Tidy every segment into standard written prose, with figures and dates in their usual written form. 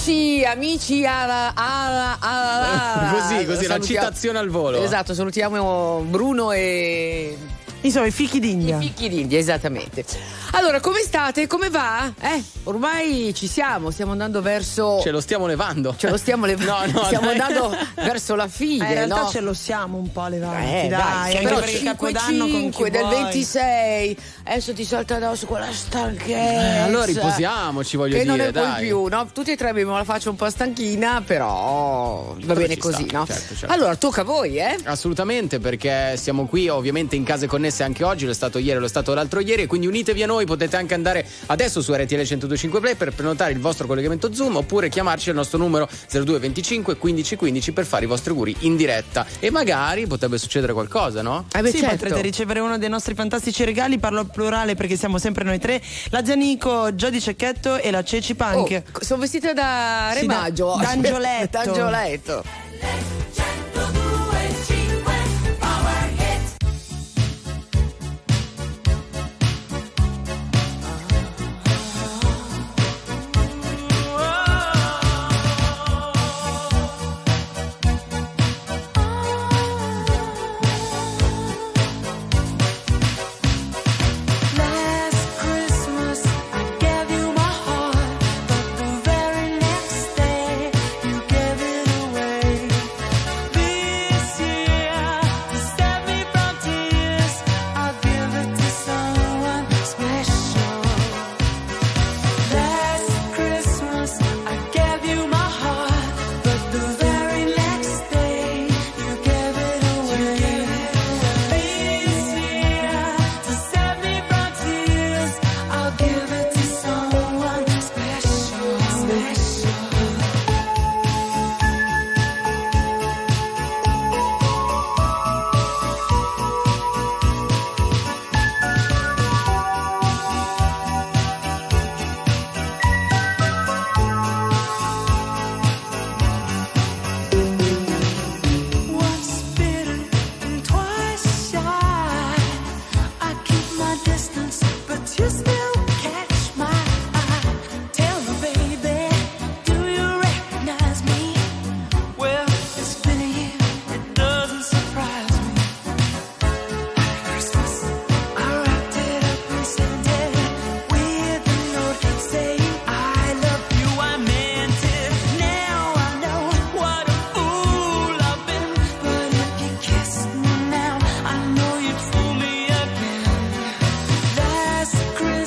Amici, così la citazione al volo. Esatto, salutiamo Bruno e insomma i fichi d'India. I fichi d'India, esattamente. Allora, come state? Come va? Ormai ci stiamo andando verso. Ce lo stiamo levando. No, stiamo andando verso la fine. In realtà no? ce lo siamo un po' levati, dai. Però per il Capodanno con chi del vuoi. 26. Adesso ti salta addosso quella stanchezza. Allora riposiamoci, voglio che dire, non ne puoi dai. più, no? Tutti e tre abbiamo la faccia un po' stanchina, però va bene così, sta, no? certo. Allora, tocca a voi, Assolutamente, perché siamo qui ovviamente in case connesse anche oggi, lo è stato ieri, lo è stato l'altro ieri, e quindi unitevi a noi, potete anche andare adesso su RTL 102.5 Play per prenotare il vostro collegamento Zoom, oppure chiamarci al nostro numero 0225 15 15 per fare i vostri auguri in diretta, e magari potrebbe succedere qualcosa, no? Beh, sì, certo. potrete ricevere uno dei nostri fantastici regali, parlo al plurale perché siamo sempre noi tre, la Gianico Jody Cecchetto e la Ceci Punk. Sono vestita da Re Sì, Maggio. d'Angioletto. D'Angioletto. Christmas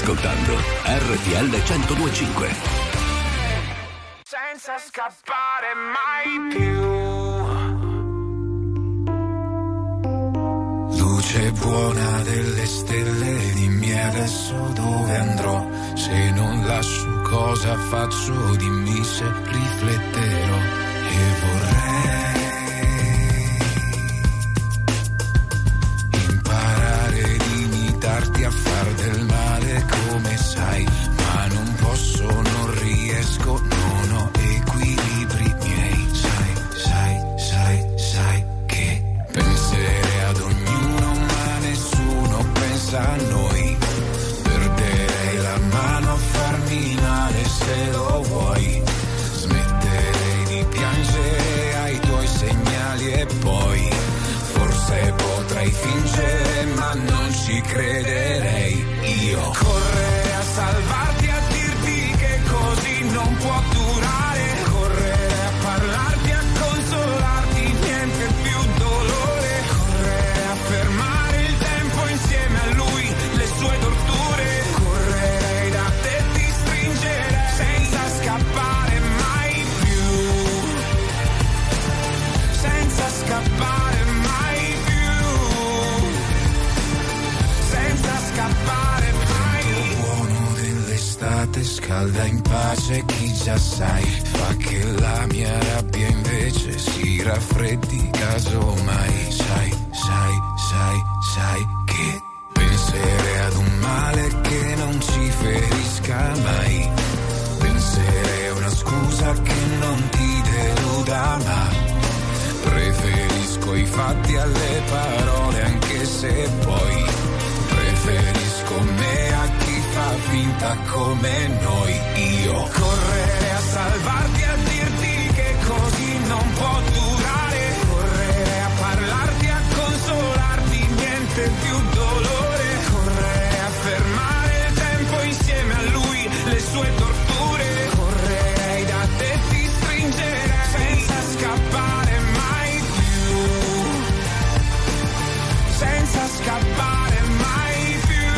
ascoltando RTL 102.5. Senza scappare mai più. Luce buona delle stelle, dimmi adesso dove andrò. Se non lascio cosa faccio, dimmi se rifletterò. E vorrei imparare ad imitarti a far del male come sai, ma non posso, non riesco, non ho equilibri miei. Sai che penserei ad ognuno ma nessuno pensa a noi. Perderei la mano a farmi male se lo vuoi. Smetterei di piangere ai tuoi segnali e poi forse potrei fingere ma non ci crederei. Io correrei a salvarti, a dirti che così non può durare. Correre a parlarti, a consolarti, niente più dolore. Correre a fermare il tempo insieme a lui, le sue torture. Correrei da te, ti stringerei senza scappare mai più. Senza scappare mai più. Senza scappare mai. Il buono dell'estate scalda in pace chi già sai. Fa che la mia rabbia invece si raffreddi casomai. Sai che penserei ad un male che non ci ferisca mai. Penserei a una scusa che non ti deluda, ma preferisco i fatti alle parole, anche se poi preferisco me a chi fa finta come noi. Io correre a salvarti, a dirti che così non può durare. Correre a parlarti, a consolarti, niente più dolore. Correre a fermare il tempo insieme a lui, le sue torture. Correrei da te, ti stringerei senza scappare mai più. Senza scappare mai più.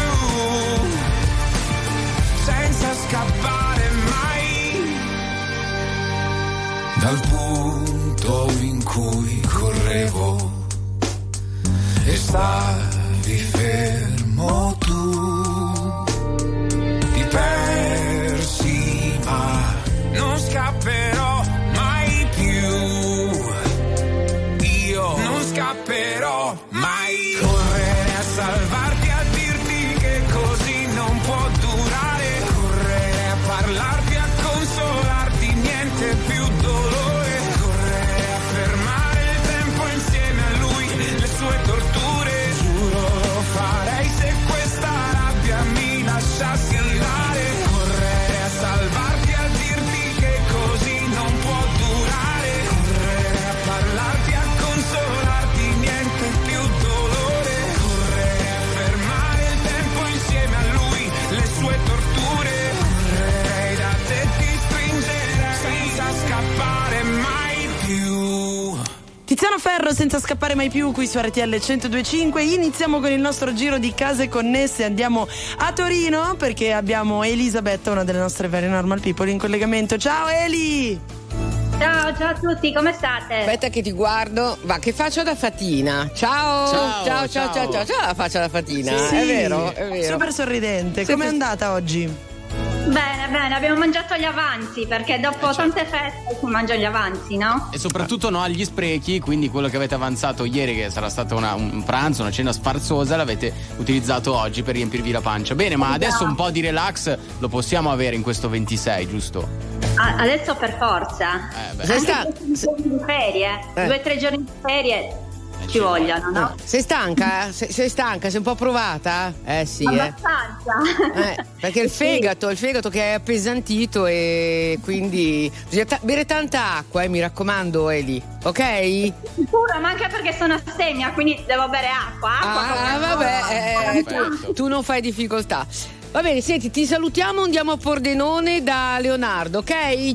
Senza scappare mai. Dal punto in cui correvo e stavi fermo tu, ti persi ma non scapperò mai più. Io non scapperò mai. Correre a salvarti, a dirti che così non può durare. Correre a parlarti, a consolarti, niente più dolore. Correre a fermare il tempo insieme a lui, le sue torture. Giuro lo farei se questa rabbia mi lasciassi andare. Correre a salvarti, a dirti che così non può durare. Correre a parlarti, a consolarti, niente più dolore. Correre a fermare il tempo insieme a lui, le sue torture. Correrei da te, ti stringerei senza scappare mai più. Tiziano Ferro, senza scappare mai più, qui su RTL 102.5. Iniziamo con il nostro giro di case connesse. Andiamo a Torino perché abbiamo Elisabetta, una delle nostre very normal people, in collegamento. Ciao Eli! Ciao a tutti, come state? Aspetta che ti guardo. Va, che faccio da fatina? Ciao la faccia da fatina. Sì, è vero. super sorridente. Com'è andata oggi? Bene, abbiamo mangiato gli avanzi perché dopo tante feste si mangiano gli avanzi, no? E soprattutto no agli sprechi, quindi quello che avete avanzato ieri, che sarà stato un pranzo, una cena sfarzosa, l'avete utilizzato oggi per riempirvi la pancia. Bene, ma adesso un po' di relax lo possiamo avere in questo 26, giusto? Adesso per forza. Sei Anche di ferie, 2 o 3 giorni di ferie ci vogliono, no? Sei stanca? Sei stanca? Sei un po' provata? Sì. Abbastanza. Perché il fegato che è appesantito e quindi bisogna bere tanta acqua, mi raccomando, Eli, ok? Sicuro, ma anche perché sono astemia, quindi devo bere acqua. Vabbè, tu non fai difficoltà. Va bene, senti, ti salutiamo, andiamo a Pordenone da Leonardo, ok?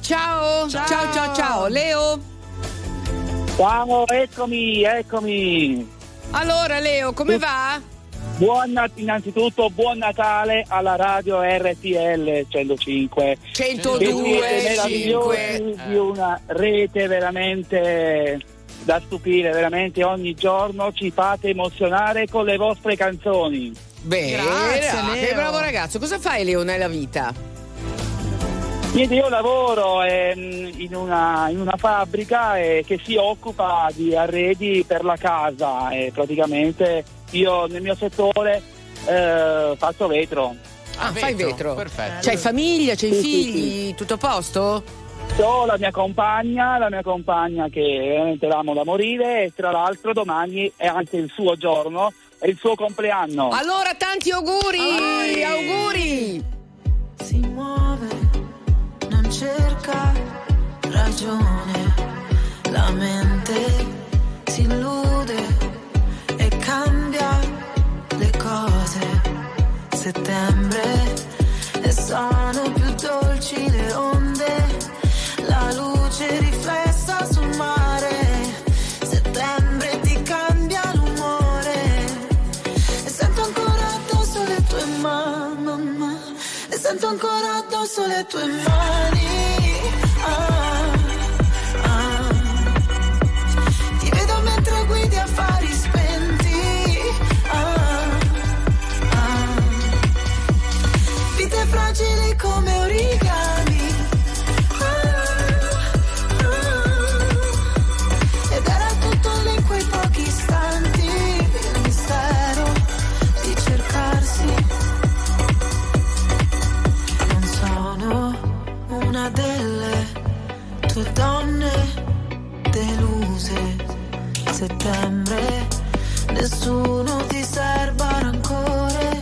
Ciao, Leo. Ciao, eccomi. Allora, Leo, come va? Innanzitutto buon Natale alla radio RTL 105. 102 meravigliosi di una rete veramente da stupire, veramente ogni giorno ci fate emozionare con le vostre canzoni. Bene, che bravo ragazzo. Cosa fai, Leo, nella vita? Niente, io lavoro in una fabbrica che si occupa di arredi per la casa e praticamente io nel mio settore faccio vetro. Fai vetro. Perfetto. C'hai famiglia, c'hai figli, sì. Tutto a posto? Ho la mia compagna che veramente l'amo da morire e tra l'altro domani è anche il suo giorno, è il suo compleanno. Allora tanti auguri! Auguri! Si muove, non cerca ragione, la mente si illude e cambia le cose. Settembre e sono più dolci le onde, la luce riflessa sul mare. Settembre ti cambia l'umore e sento ancora addosso le tue mani, e sento ancora addosso le tue mani. Ti vedo mentre guidi affari spenti. Vite fragili come origami. Ed era tutto lì in quei pochi istanti, il mistero di cercarsi. Non sono una delle tue donne deluse. Settembre, nessuno ti serba rancore.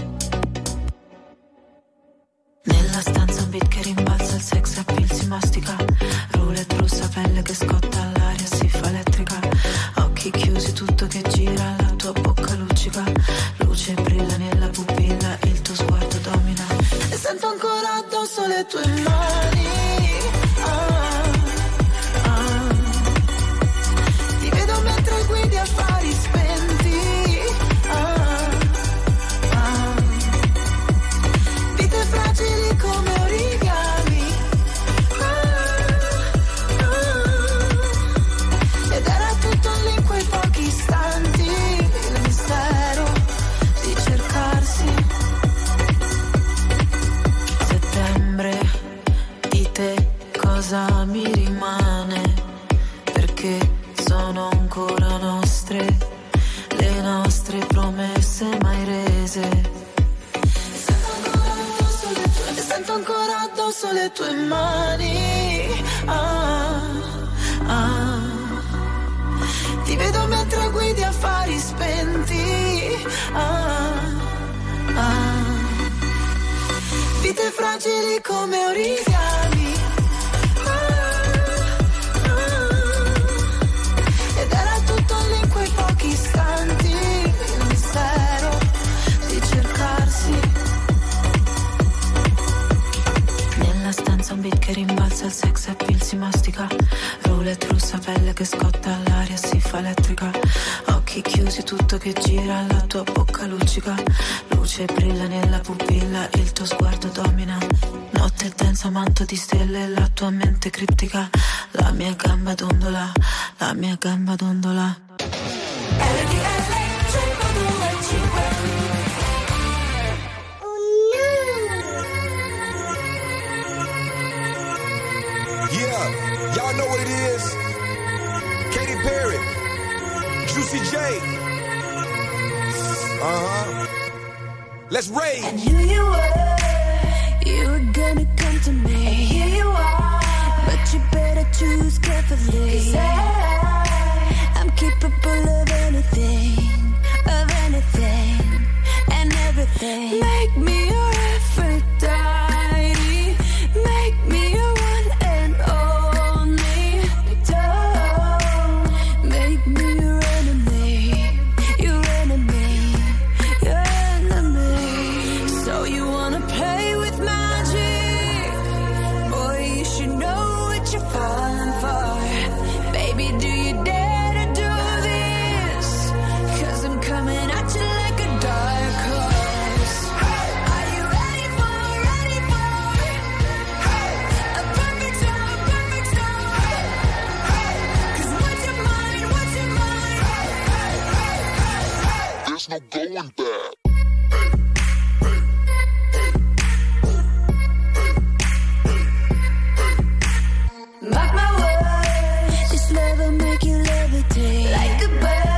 Nella stanza un beat che rimbalza, il sex appeal si mastica. Roulette rossa, pelle che scotta, all'aria si fa elettrica. Occhi chiusi, tutto che gira, la tua bocca luccica. Luce brilla nella pupilla, il tuo sguardo domina. E sento ancora addosso le tue mani. Ti vedo mentre guidi affari spenti. Vite fragili come origami. Ed era tutto lì in quei pochi istanti, il mistero di cercarsi. Settembre, di te cosa mi rimane? Perché sono ancora nostre le nostre promesse mai rese. Sento ancora addosso le tue mani. Ti vedo mentre guidi affari spenti. Vite fragili come origami. Ed era tutto lì in quei pochi istanti, il mistero di cercarsi. Nella stanza un beat che rimbalza, il sex appeal si mastica. Roulette rossa, pelle che scotta, all'aria si fa elettrica. Occhi chiusi, tutto che gira, la tua bocca luccica. Luce brilla nella pupilla, il tuo sguardo domina. Notte densa, manto di stelle, la tua mente criptica. La mia gamba dondola, la mia gamba dondola. Yeah, y'all know what it is. Katy Perry, Juicy J. Let's rage. And here you were, you were gonna come to me. And here you are, but you better choose carefully. 'Cause I'm capable of anything, and everything. Make me your Aphrodite, make me your one and only. Don't make me your enemy, your enemy, your enemy. So you wanna play with magic? no going back. Mark my words, this love will make you levitate. Like a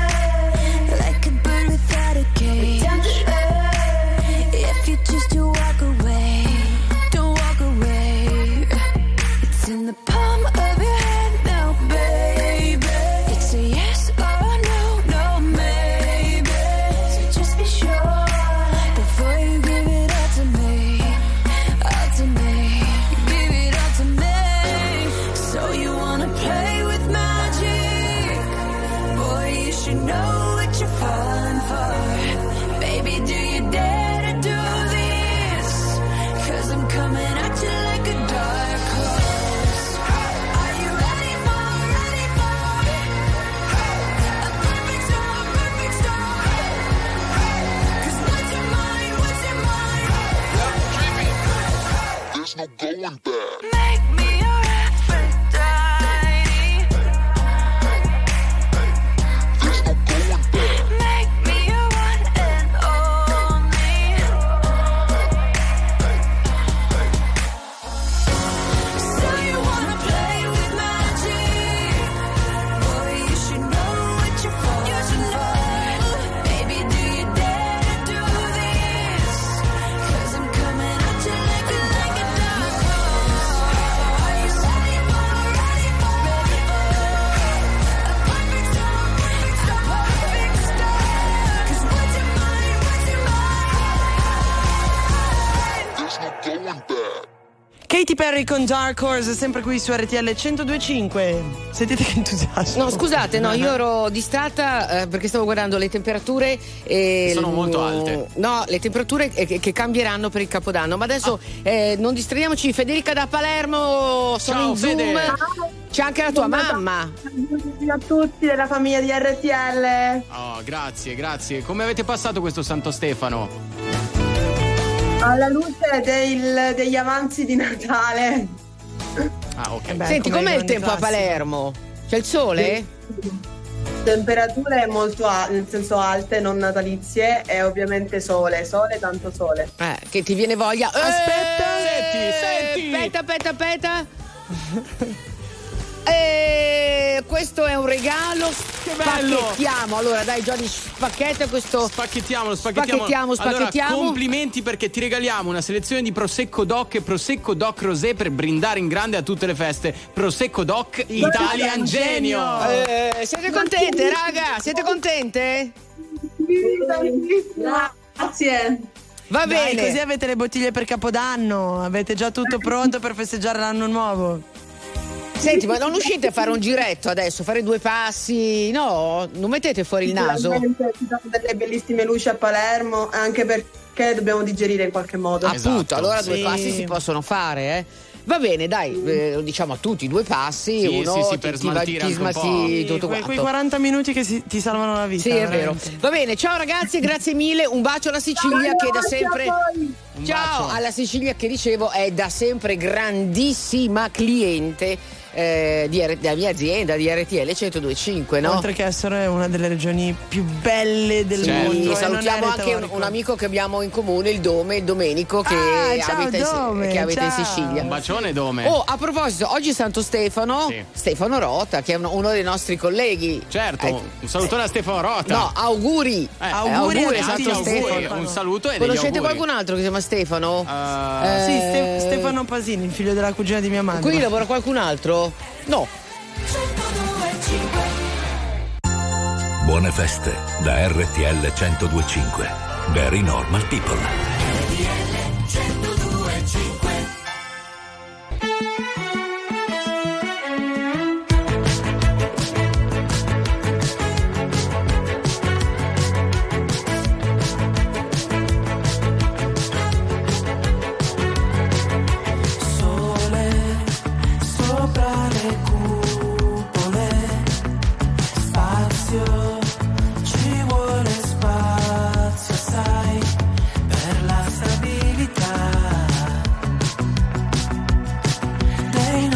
bird without a cage. Down to earth, if you choose to walk away, don't walk away. It's in the palm of your hand now, baby. It's a yes or no, no maybe. So just be sure before you give it all to me, all to me. Give it all to me. So you wanna play with magic? Boy, you should know what you're falling for. Baby, do you dare to do this? 'Cause I'm coming at you like a dark horse. Are you ready for a perfect storm, perfect storm? 'Cause what's in mind, what's in mind? There's no going back. Make me your Aphrodite. There's no going back. Make me your one and only. So you wanna play with magic? Boy, you should know what you're falling for. Baby, do you dare to do this? 'Cause I'm coming at you like a dark horse. Are you ready for a perfect storm? A perfect storm. 'Cause what's in mind, what's in mind? There's no going back. Katy Perry con Dark Horse, sempre qui su RTL 102.5. Sentite che entusiasmo. No, scusate, no, io ero distratta perché stavo guardando le temperature e Sono molto alte. No, le temperature che cambieranno per il Capodanno. Ma adesso non distraiamoci. Federica da Palermo, sono Ciao, in Zoom. Fede. C'è anche la tua mamma. Buongiorno a tutti della famiglia di RTL. Oh, grazie, grazie. Come avete passato questo Santo Stefano? Alla luce degli avanzi di Natale. Ah, ok. Senti, come com'è i il grandi tempo a classici. Palermo? C'è il sole? Temperature molto nel senso alte, non natalizie, e ovviamente sole, tanto sole. Che ti viene voglia. Aspetta. Senti. Aspetta. Questo è un regalo. Che bello! Spacchettiamo. Allora, dai, Johnny, spacchetta questo. Spachettiamolo. Spachettiamo. Allora, complimenti perché ti regaliamo una selezione di Prosecco Doc e Prosecco Doc Rosé per brindare in grande a tutte le feste. Prosecco Doc Italian Genio. Siete contente, raga? Siete contente? Grazie. Va Dai, bene. così avete le bottiglie per Capodanno, avete già tutto pronto per festeggiare l'anno nuovo. Senti, ma non uscite a fare un giretto adesso, fare due passi? No, non mettete fuori il naso? Sicuramente ci sono delle bellissime luci a Palermo, anche perché dobbiamo digerire in qualche modo. Appunto, allora due sì. passi si possono fare, eh? Va bene, dai, lo diciamo a tutti, due passi, Sì, uno sì, per smaltire anche un po'. smalti tutto Quei quanto. 40 minuti che ti salvano la vita. Sì, è vero. veramente. Va bene, ciao ragazzi, grazie mille, un bacio alla Sicilia che da sempre... Ciao bacio. alla Sicilia che dicevo è da sempre grandissima cliente della mia azienda di RTL 102.5, no? Oltre che essere una delle regioni più belle del Certo. mondo. Sì, salutiamo anche un amico che abbiamo in comune, il Dome, il Domenico, che ciao, abita, Dome, che abita in ciao. Sicilia. Un bacione, Dome. Oh, a proposito, oggi è Santo Stefano, Sì. Stefano Rota, che è uno dei nostri colleghi. Certo, un salutone a Stefano Rota. No, auguri. Auguri a Santo tutti, auguri. Stefano. Un saluto e degli Conoscete auguri. qualcun altro che si chiama Stefano? Sì, Stefano Pasini, il figlio della cugina di mia madre. Qui lavora qualcun altro? No. Buone feste da RTL 102.5. Very Normal People. Sole sopra le cupole, spazio, ci vuole spazio, sai, per la stabilità dei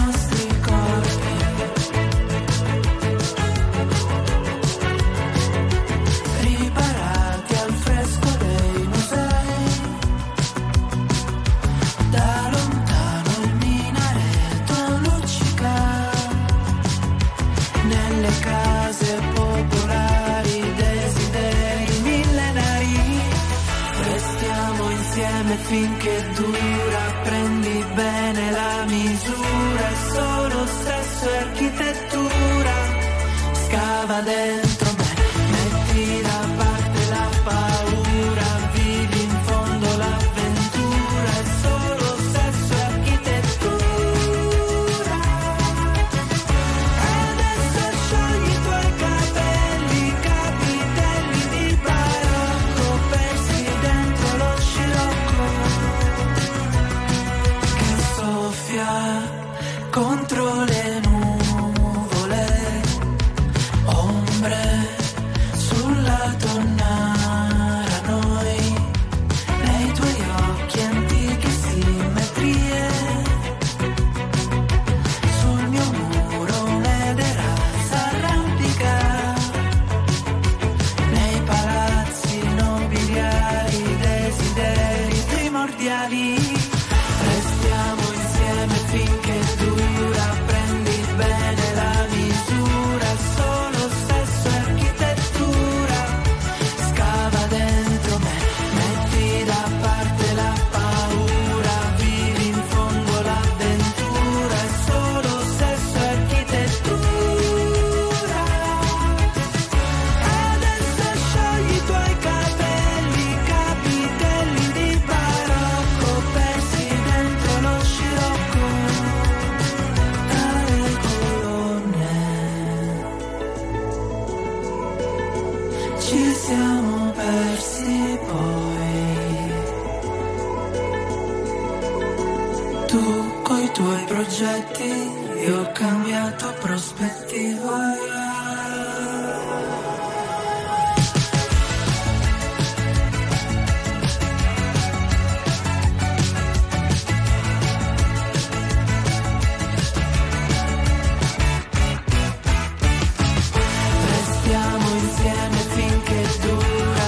finché dura, prendi bene la misura, è solo sesso e architettura, scava dentro me, metti da parte la paura, vivi in fondo l'avventura, è solo sesso e architettura. Adesso sciogli i tuoi capelli, capitelli di barocco, persi dentro lo scirocco che soffia contro le nuvole, ombre sulla tonnara, noi nei tuoi occhi antiche simmetrie, sul mio muro un'edera s'arrampica, nei palazzi nobiliari desideri primordiali, restiamo insieme finché dura, prendi bene la misura, solo sesso e architettura, scava dentro me, metti da parte la paura, vivi in fondo l'avventura, è solo sesso e architettura. Adesso sciogli i tuoi capelli, capitelli di barocco, persi dentro lo scirocco tra le colonne. Ci siamo persi poi, tu coi tuoi progetti, io ho cambiato prospettiva. Restiamo insieme finché dura,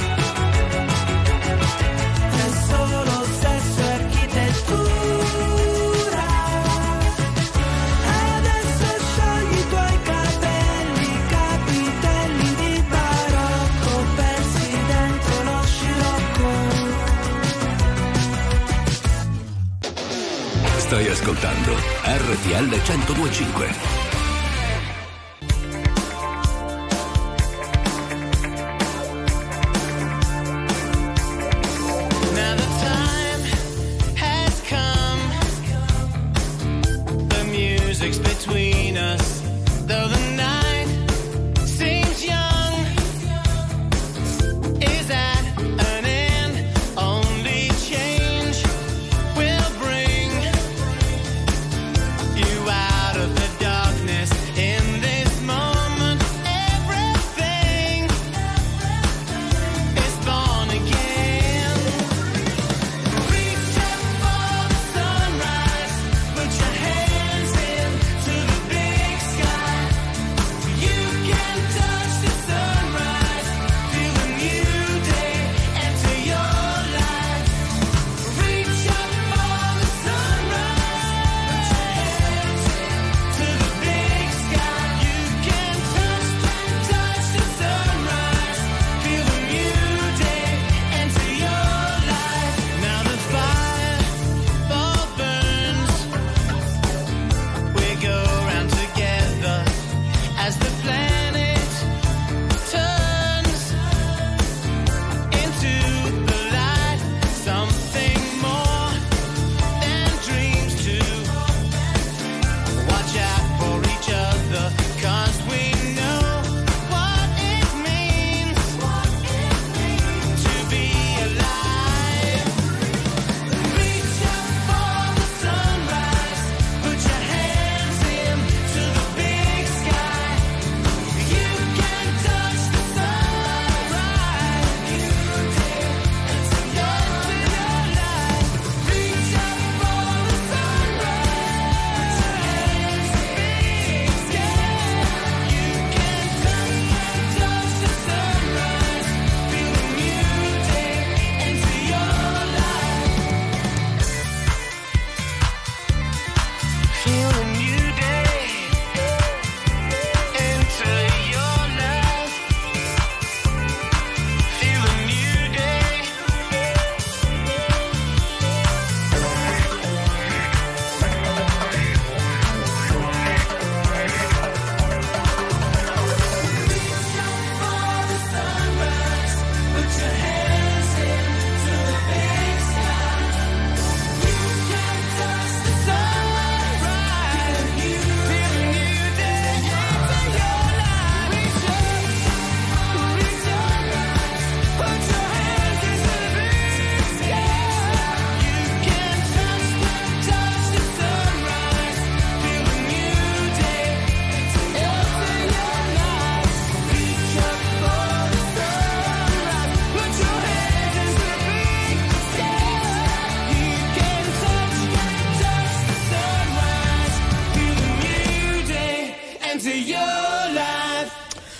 è solo sesso e architettura. Adesso sciogli i tuoi capelli, capitelli di barocco, persi dentro lo scirocco. Stai ascoltando RTL 102.5. Now the time has come, the music's between us, though the night seems young, is at an end, only change will bring you out of the darkness.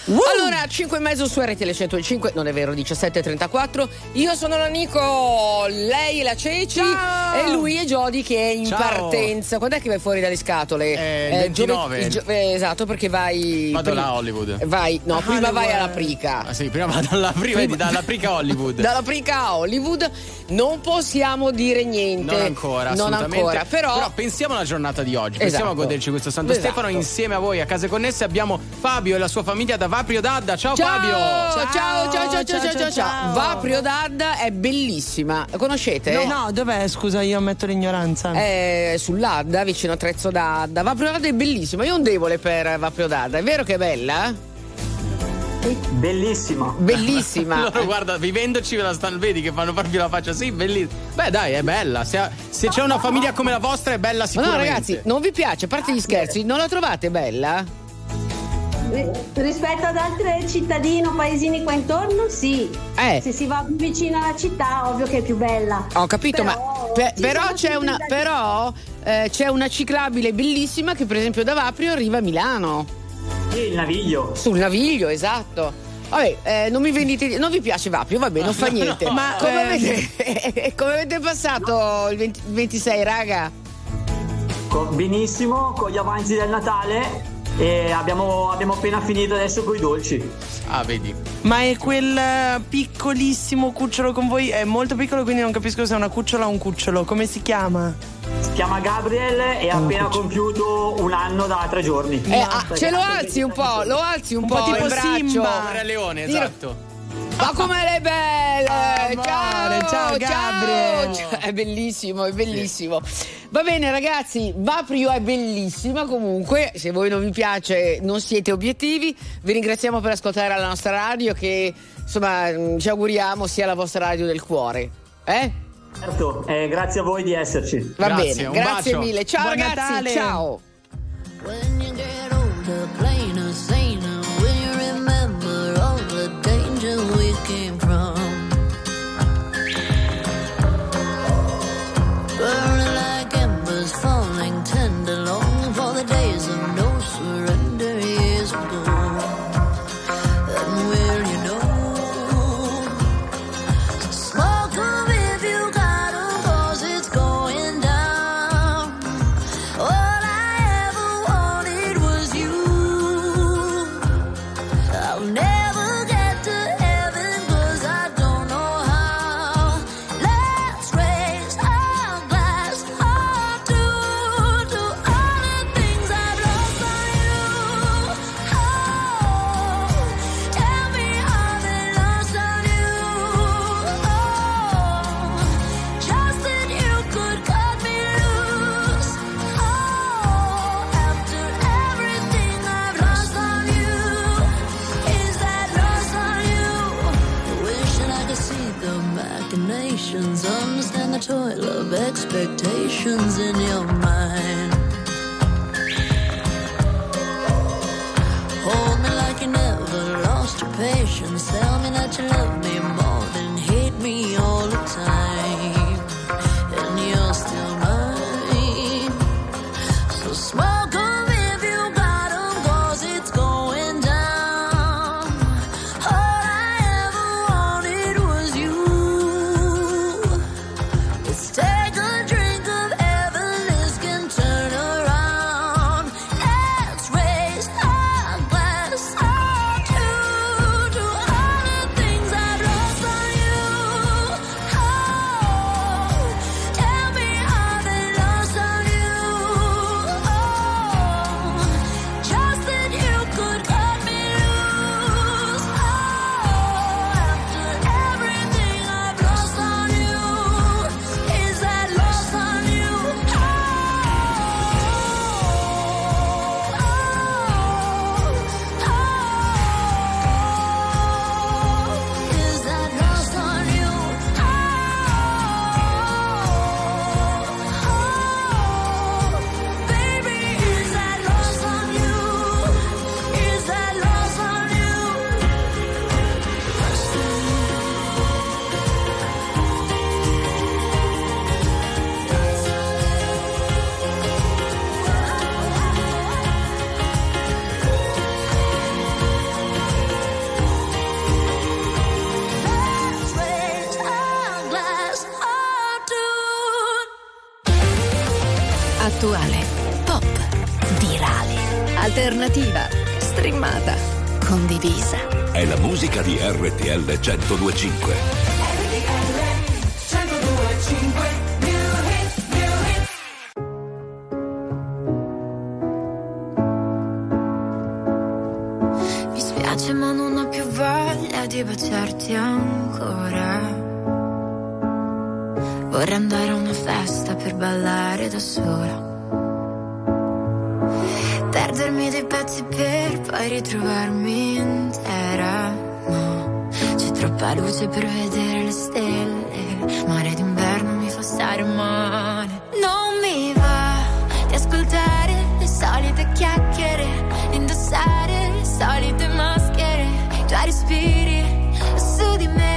Allora, 5:30 su RTL 105, non è vero, 17:34. Io sono la Nico, lei è la Ceci. Ciao. E lui è Jody che è in Ciao. partenza. Quando è che vai fuori dalle scatole? Il 29. Esatto, perché vai. Vado là a Hollywood. Vai, no, prima vai alla Prica. Ah, sì, prima vado dalla Prica a Hollywood. Dalla Prica a Hollywood non possiamo dire niente. Non ancora, non assolutamente. ancora, però pensiamo alla giornata di oggi. Pensiamo a goderci questo Santo Stefano insieme a voi a Case Connesse. Abbiamo Fabio e la sua famiglia da Vaprio d'Adda. Ciao Fabio. Ciao. Vaprio d'Adda è bellissima. La conoscete? No, dov'è? Scusa, io ammetto l'ignoranza. Sull'Adda, vicino a Trezzo d'Adda. Vaprio d'Adda è bellissima. Io ho un debole per Vaprio d'Adda. È vero che è bella? Bellissima. Loro guarda, vivendoci ve la stanno, vedi che fanno farvi la faccia, sì, bellissima. Beh, dai, è bella. Se c'è una famiglia come la vostra è bella sicuramente. No, ragazzi, non vi piace, a parte gli scherzi, non la trovate bella? Rispetto ad altre cittadine o paesini qua intorno, sì. Se si va vicino alla città, ovvio che è più bella. Ho capito, però c'è una ciclabile bellissima che per esempio da Vaprio arriva a Milano. Sì, il Naviglio. Sul Naviglio, esatto. Vabbè, non mi vendete, non vi piace Vaprio, vabbè, non fa niente. No. Ma come avete passato il 26, raga? Benissimo, con gli avanzi del Natale e abbiamo appena finito adesso con i dolci. Ah, vedi. Ma è quel piccolissimo cucciolo con voi? È molto piccolo, quindi non capisco se è una cucciola o un cucciolo. Come si chiama? Si chiama Gabriel e ha appena compiuto 1 anno da 3 giorni. Ce lo alzi un po', un po' tipo il braccio. Simba. Re Leone, esatto. Ma come le belle! Ciao Gabriel! È bellissimo, è bellissimo. Va bene ragazzi, Vaprio è bellissima comunque, se voi non vi piace non siete obiettivi, vi ringraziamo per ascoltare la nostra radio che insomma ci auguriamo sia la vostra radio del cuore. Certo, grazie a voi di esserci. Va Grazie, bene, un grazie bacio. mille, ciao Buon ragazzi, Natale. ciao! When you get older, plainer, saner, will you remember all the danger we came from? Burning like embers, falling tender, longing for the days of no surrender years ago. And will you know? Smoke 'em if you got 'em, 'cause it's going down. All I ever wanted was you. I'll never get to heaven 'cause I don't know how. Let's raise our glass to all the things I've lost on you. Oh, tell me how they lost on you. Oh, just that you could cut me loose. Oh, after everything I've lost on you, is that lost on you? Wishing I could see the machinations, understand the toil of expectations in your mind. Hold me like you never lost your patience. Tell me that you love me more than hate me all the time. And you're still mine. So smoke 'em if you got 'em, 'cause it's going down. All I ever wanted was you. Let's take a drink of heaven, this can turn around. Let's raise our glass to all the things I've lost Pop, virale, alternativa, streamata, condivisa. È la musica di RTL 102.5. Mi spiace ma non ho più voglia di baciarti ancora. Vorrei andare a una festa per ballare da sola, perdermi dei pezzi per poi ritrovarmi intera. No, c'è troppa luce per vedere le stelle, mare d'inverno mi fa stare male. Non mi va di ascoltare le solite chiacchiere, indossare le solite maschere, i tuoi respiri su di me.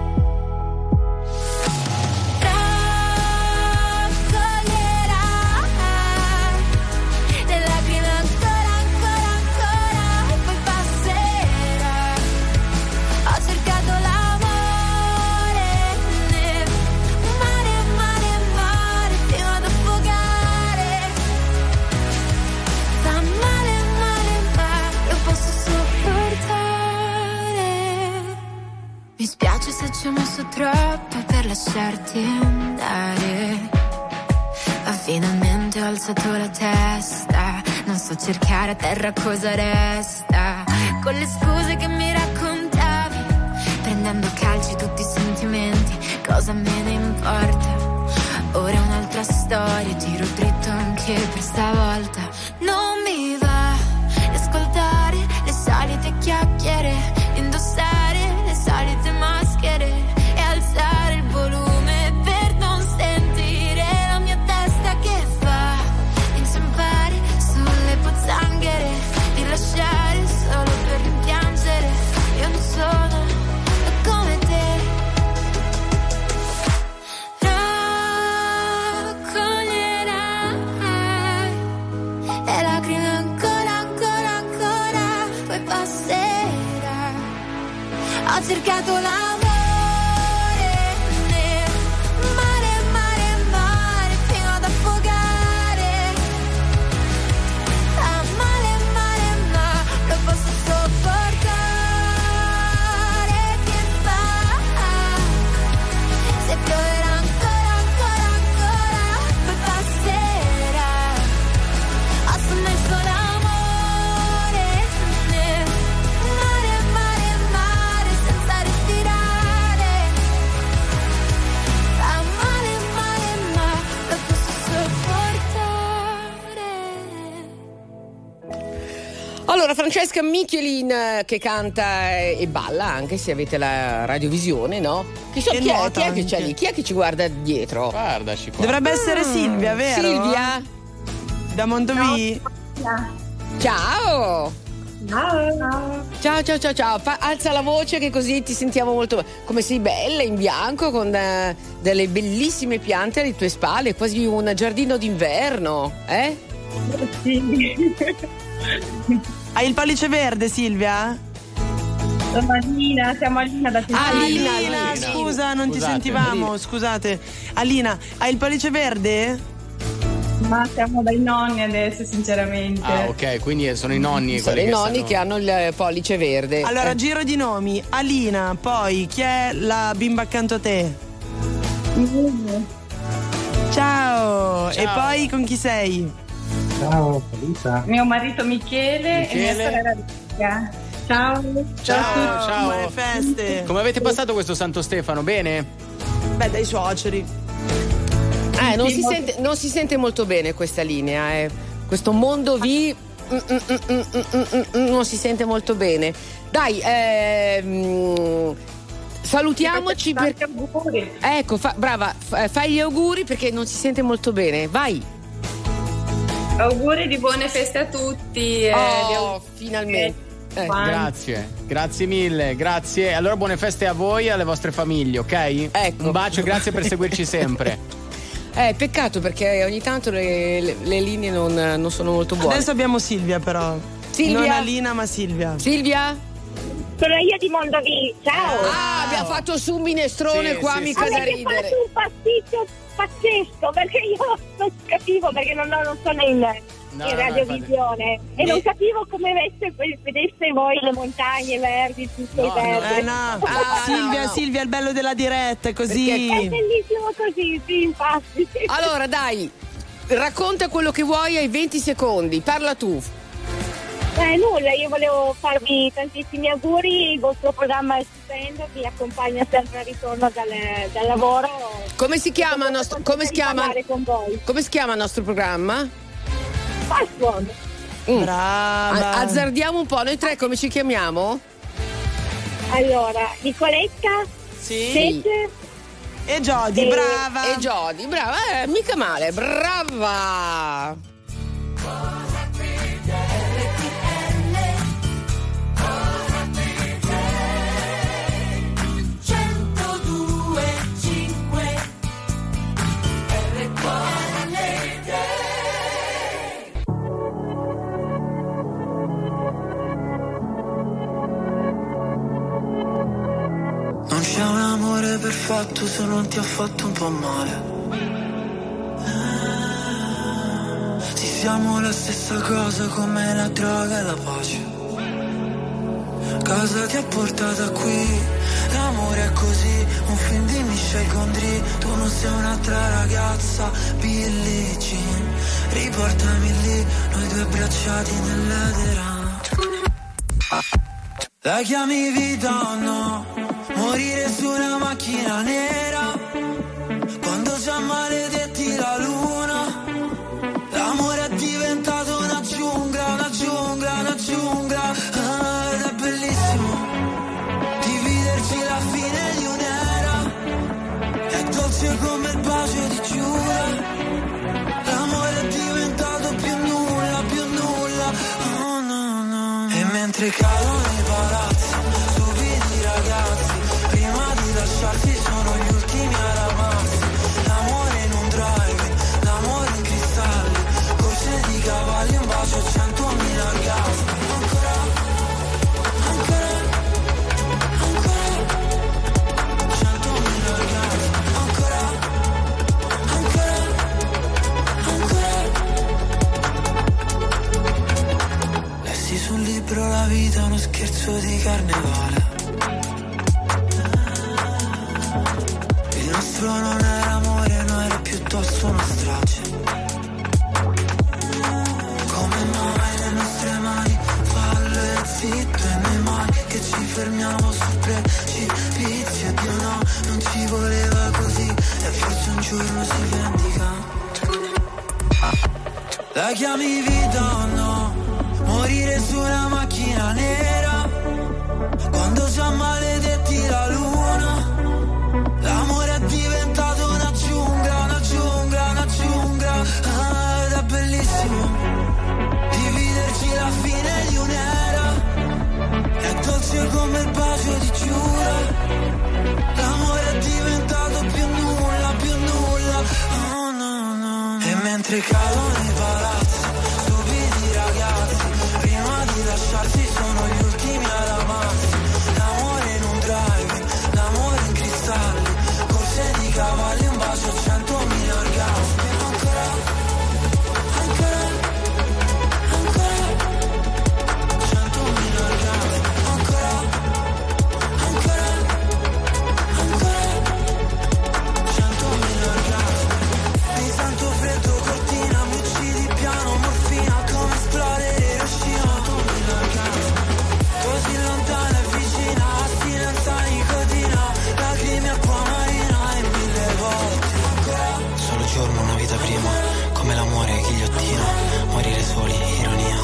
Mi spiace se ci ho messo troppo per lasciarti andare, ma finalmente ho alzato la testa. Non so cercare a terra cosa resta, con le scuse che mi raccontavi, prendendo a calci tutti i sentimenti. Cosa me ne importa? Ora è un'altra storia, tiro dritto anche per stavolta. Non mi va di ascoltare le solite chiacchiere, indossare le solite maschere e alzare il volume per non sentire la mia testa che fa inciampare sulle pozzanghere, di lasciare solo per rimpiangere. Io non sono come te. Raccoglierai le lacrime ancora, ancora, ancora, poi passerà. Ho cercato l'amore nel mare, mare, mare, fino ad affogare. Ah, male, male, ma lo posso sopportare. Che fa? Se pioverà ancora, ancora, ancora, poi passerà. Ho sommerso l'amore nel mare, mare, mare, senza respirare. Fa male, male, ma lo posso sopportare. Allora, Francesca Michelin che canta e balla anche, se avete la radiovisione, no? Chi E nuota è che c'è anche. lì? Chi è che ci guarda dietro? Guardaci qua. Dovrebbe essere Silvia, vero? Silvia? Da Mondovì? Ciao! Ciao. Ciao, ciao, ciao, ciao. Alza la voce che così ti sentiamo molto. Come sei bella in bianco con delle bellissime piante alle tue spalle, quasi un giardino d'inverno, eh? Sì. Hai il pollice verde, Silvia? Sono Alina, siamo Alina da Alina, Alina. scusa, non ti Scusate, sentivamo, Alina. scusate. Alina, hai il pollice verde? Ma siamo dai nonni adesso, sinceramente. Ah, ok, quindi sono i nonni Sono quelli i nonni stanno... che hanno il pollice verde. Allora, giro di nomi. Alina, poi chi è la bimba accanto a te? Ciao. E poi con chi sei? Ciao, Lisa. Mio marito Michele e mia sorella Alicia. Ciao. Ciao. Buone feste. Come avete passato questo Santo Stefano? Bene? Beh, dai suoceri. Non si sente molto bene questa linea, questo mondo non si sente molto bene. Dai, salutiamoci ecco, brava, fai gli auguri perché non si sente molto bene. Vai. Auguri di buone feste a tutti. Finalmente. Grazie mille, grazie. Allora buone feste a voi e alle vostre famiglie, ok? Ecco. Un bacio e grazie per seguirci sempre. Peccato perché ogni tanto le linee non sono molto buone. Adesso abbiamo Silvia però. Silvia? Non Alina ma Silvia. Silvia? Sono io di Mondovì, ciao! Abbiamo fatto su un minestrone qua, mica da Avete ridere. fatto un pasticcio pazzesco, perché io non capivo, perché non sono in in radiovisione e non capivo come vedeste voi le montagne verdi, tutto il verde. Silvia, il bello della diretta è così. È bellissimo così, sì, infatti. Allora dai, racconta quello che vuoi, hai 20 secondi, parla tu. Nulla, io volevo farvi tantissimi auguri, il vostro programma è stupendo, vi accompagna sempre al ritorno dal lavoro. Come si chiama il nostro programma? Password. Brava. Azzardiamo un po', noi tre come ci chiamiamo? Allora, Nicoletta, Sete e Jody, brava. E Jody, brava, mica male, brava. Non c'è un amore perfetto se non ti ha fatto un po' male. Sì, siamo la stessa cosa come la droga e la pace. Cosa ti ha portata qui? L'amore è così, un film di Michel Gondry. Tu non sei un'altra ragazza, Billie Jean. Riportami lì, noi due abbracciati nell'edera. La chiami vita o no? Morire su una macchina nera, quando già maledetti la luna. L'amore è diventato una giungla, una giungla, una giungla. Ed è bellissimo dividerci la fine di un'era. È dolce come il bacio di Giura. L'amore è diventato più nulla, più nulla. Oh no, no. E mentre cadono i palazzi, stupidi ragazzi, prima di lasciarsi sono gli ultimi ad amarsi. L'amore in un drive, l'amore in cristalli, corse di cavalli, un bacio, 100.000 orgasmi. Ancora, ancora, ancora, 100.000 orgasmi. Ancora, ancora, ancora. Lessi sul libro La vita è uno scherzo di carnevale. Il nostro non era amore, no, era piuttosto una strage. Come mai le nostre mani fallo e zitto e noi mai che ci fermiamo sul precipizio. Dio no, non ci voleva così e forse un giorno si vendica. La chiami vita o no? Morire su una macchina nera, quando già maledetti la luna. L'amore è diventato una giungla, una giungla, una giungla. Ed è bellissimo dividerci la fine di un'era. È dolce come il bacio di Giura. L'amore è diventato più nulla, più nulla. Oh no, no. E mentre cadono i palazzi, stupidi ragazzi, prima di lasciarsi sono gli ultimi ad amarsi. L'amore in un drive, l'amore in cristalli, corse di cavalli, un bacio, 100.000 orgasmi. Ancora, ancora, ancora, 100.000 orgasmi. Ancora, ancora, ancora, 100.000 orgasmi. Mi sento freddo, cortina, mi uccidi piano, morfina, come esplodere Hiroshima. 100.000 orgasmi. Così lontana e vicina, astinenza, nicotina, lacrime, acqua marina e 1000 volte. Solo giorno, una vita prima, come l'amore, ghigliottina, morire soli, ironia.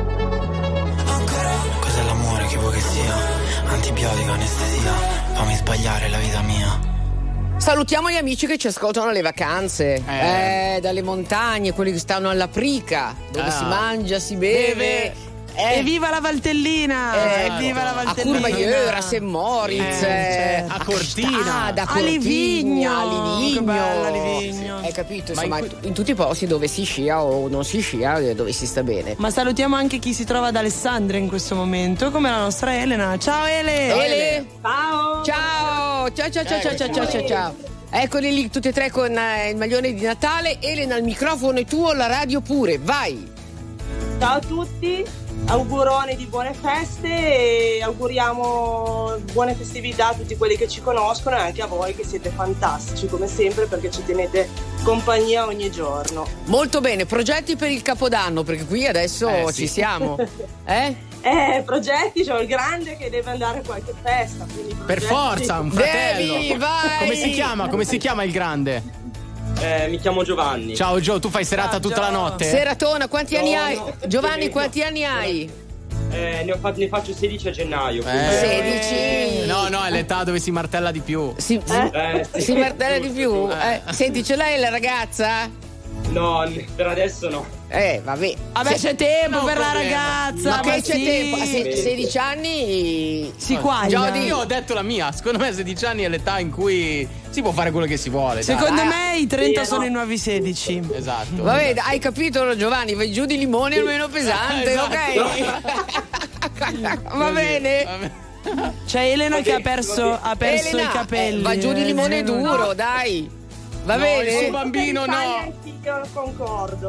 Ancora. Cos'è l'amore, che vuoi che sia? Antibiotico, anestesia, fammi sbagliare la vita mia. Salutiamo gli amici che ci ascoltano alle vacanze, dalle montagne, quelli che stanno alla Prica, dove si mangia, si beve. Evviva la Valtellina! Evviva la Valtellina! A Courmayeur, a St. Moritz, a Cortina, a Livigno, che bella Livigno. Hai capito? Insomma, in tutti i posti dove si scia o non si scia, dove si sta bene. Ma salutiamo anche chi si trova ad Alessandria in questo momento, come la nostra Elena. Ciao Ele! Ciao! Ciao! Ciao! Eccoli lì tutti e tre con il maglione di Natale. Elena, il microfono è tuo, la radio pure, vai! Ciao a tutti, auguroni di buone feste e auguriamo buone festività a tutti quelli che ci conoscono e anche a voi che siete fantastici come sempre perché ci tenete compagnia ogni giorno. Molto bene, progetti per il Capodanno perché qui adesso ci siamo. Progetti, c'ho il grande che deve andare a qualche festa. Per forza, un fratello. Devi, vai. Come si chiama il grande? Mi chiamo Giovanni. Ciao Gio, tu fai serata tutta la notte? Seratona, quanti anni hai? Giovanni, quanti anni hai? Ne faccio 16 a gennaio. 16. No, è l'età dove si martella di più. Si martella di più? Senti, ce l'hai la ragazza? No, per adesso no. Vabbè. C'è tempo per la ragazza. Ma che c'è tempo? A 16 anni si quaglia. Io ho detto la mia. Secondo me 16 anni è l'età in cui si può fare quello che si vuole. Secondo me i 30 sono i nuovi 16. Esatto. Vabbè, hai capito Giovanni? Vai giù di limone almeno pesante, esatto. Ok? Va bene. C'è Elena che ha perso Elena, i capelli. Va giù di limone duro, dai. Va bene? Il suo bambino no. Io concordo.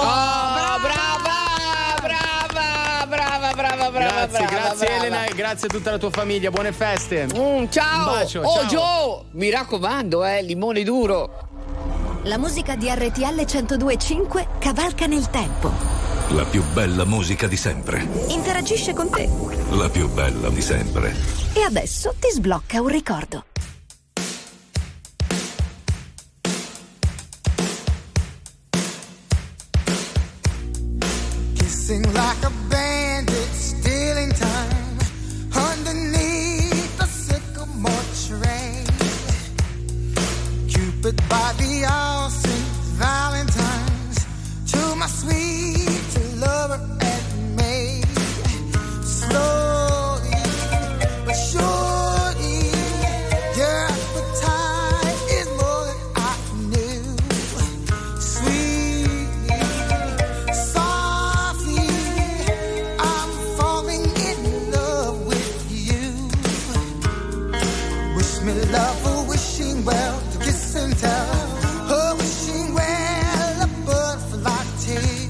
Brava. Grazie Elena e grazie a tutta la tua famiglia. Buone feste. Ciao. Un bacio, ciao. Gio, mi raccomando, limone duro. La musica di RTL 102.5 cavalca nel tempo. La più bella musica di sempre. Interagisce con te. La più bella di sempre. E adesso ti sblocca un ricordo. Kissing like a bandit, stealing time underneath the sycamore tree. Cupid by the all Saint Valentine's to my sweet lover and me. Slowly but surely, your appetite is more than I knew. Sweet, softly, I'm falling in love with you. Wish me love or wishing well to kiss and tell. Oh, wishing well a butterfly tea.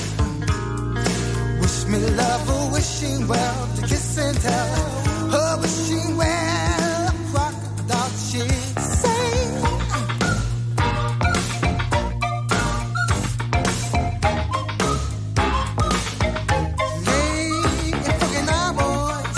Wish me love or wishing well to kiss and tell. Oh, wishing well a crocodile she'd say. Hey, fucking our boys.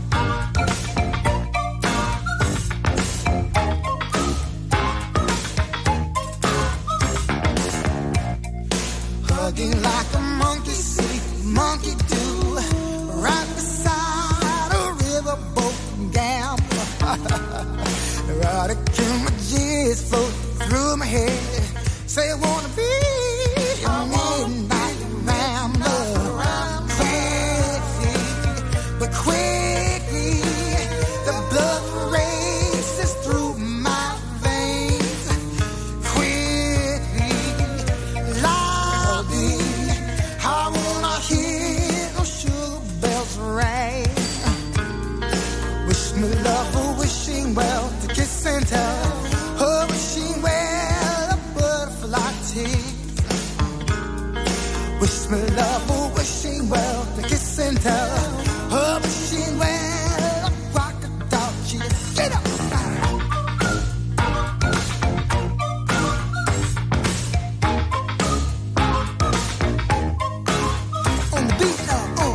Hugging like a monkey see, monkey do, right beside a riverboat gambler. Erotic images float through my head. Say I wanna be a midnight rambler. Quickly, but quickly, the blood races through my veins. Quickly, loudly, I wanna hear those sugar bells ring. Wish me love or wishing well to kiss and tell. Oh, wishing well a butterfly tease. Wish me love or wishing well to kiss and tell. Oh, wishing well a crocodile cheese. Get up! On the beat now,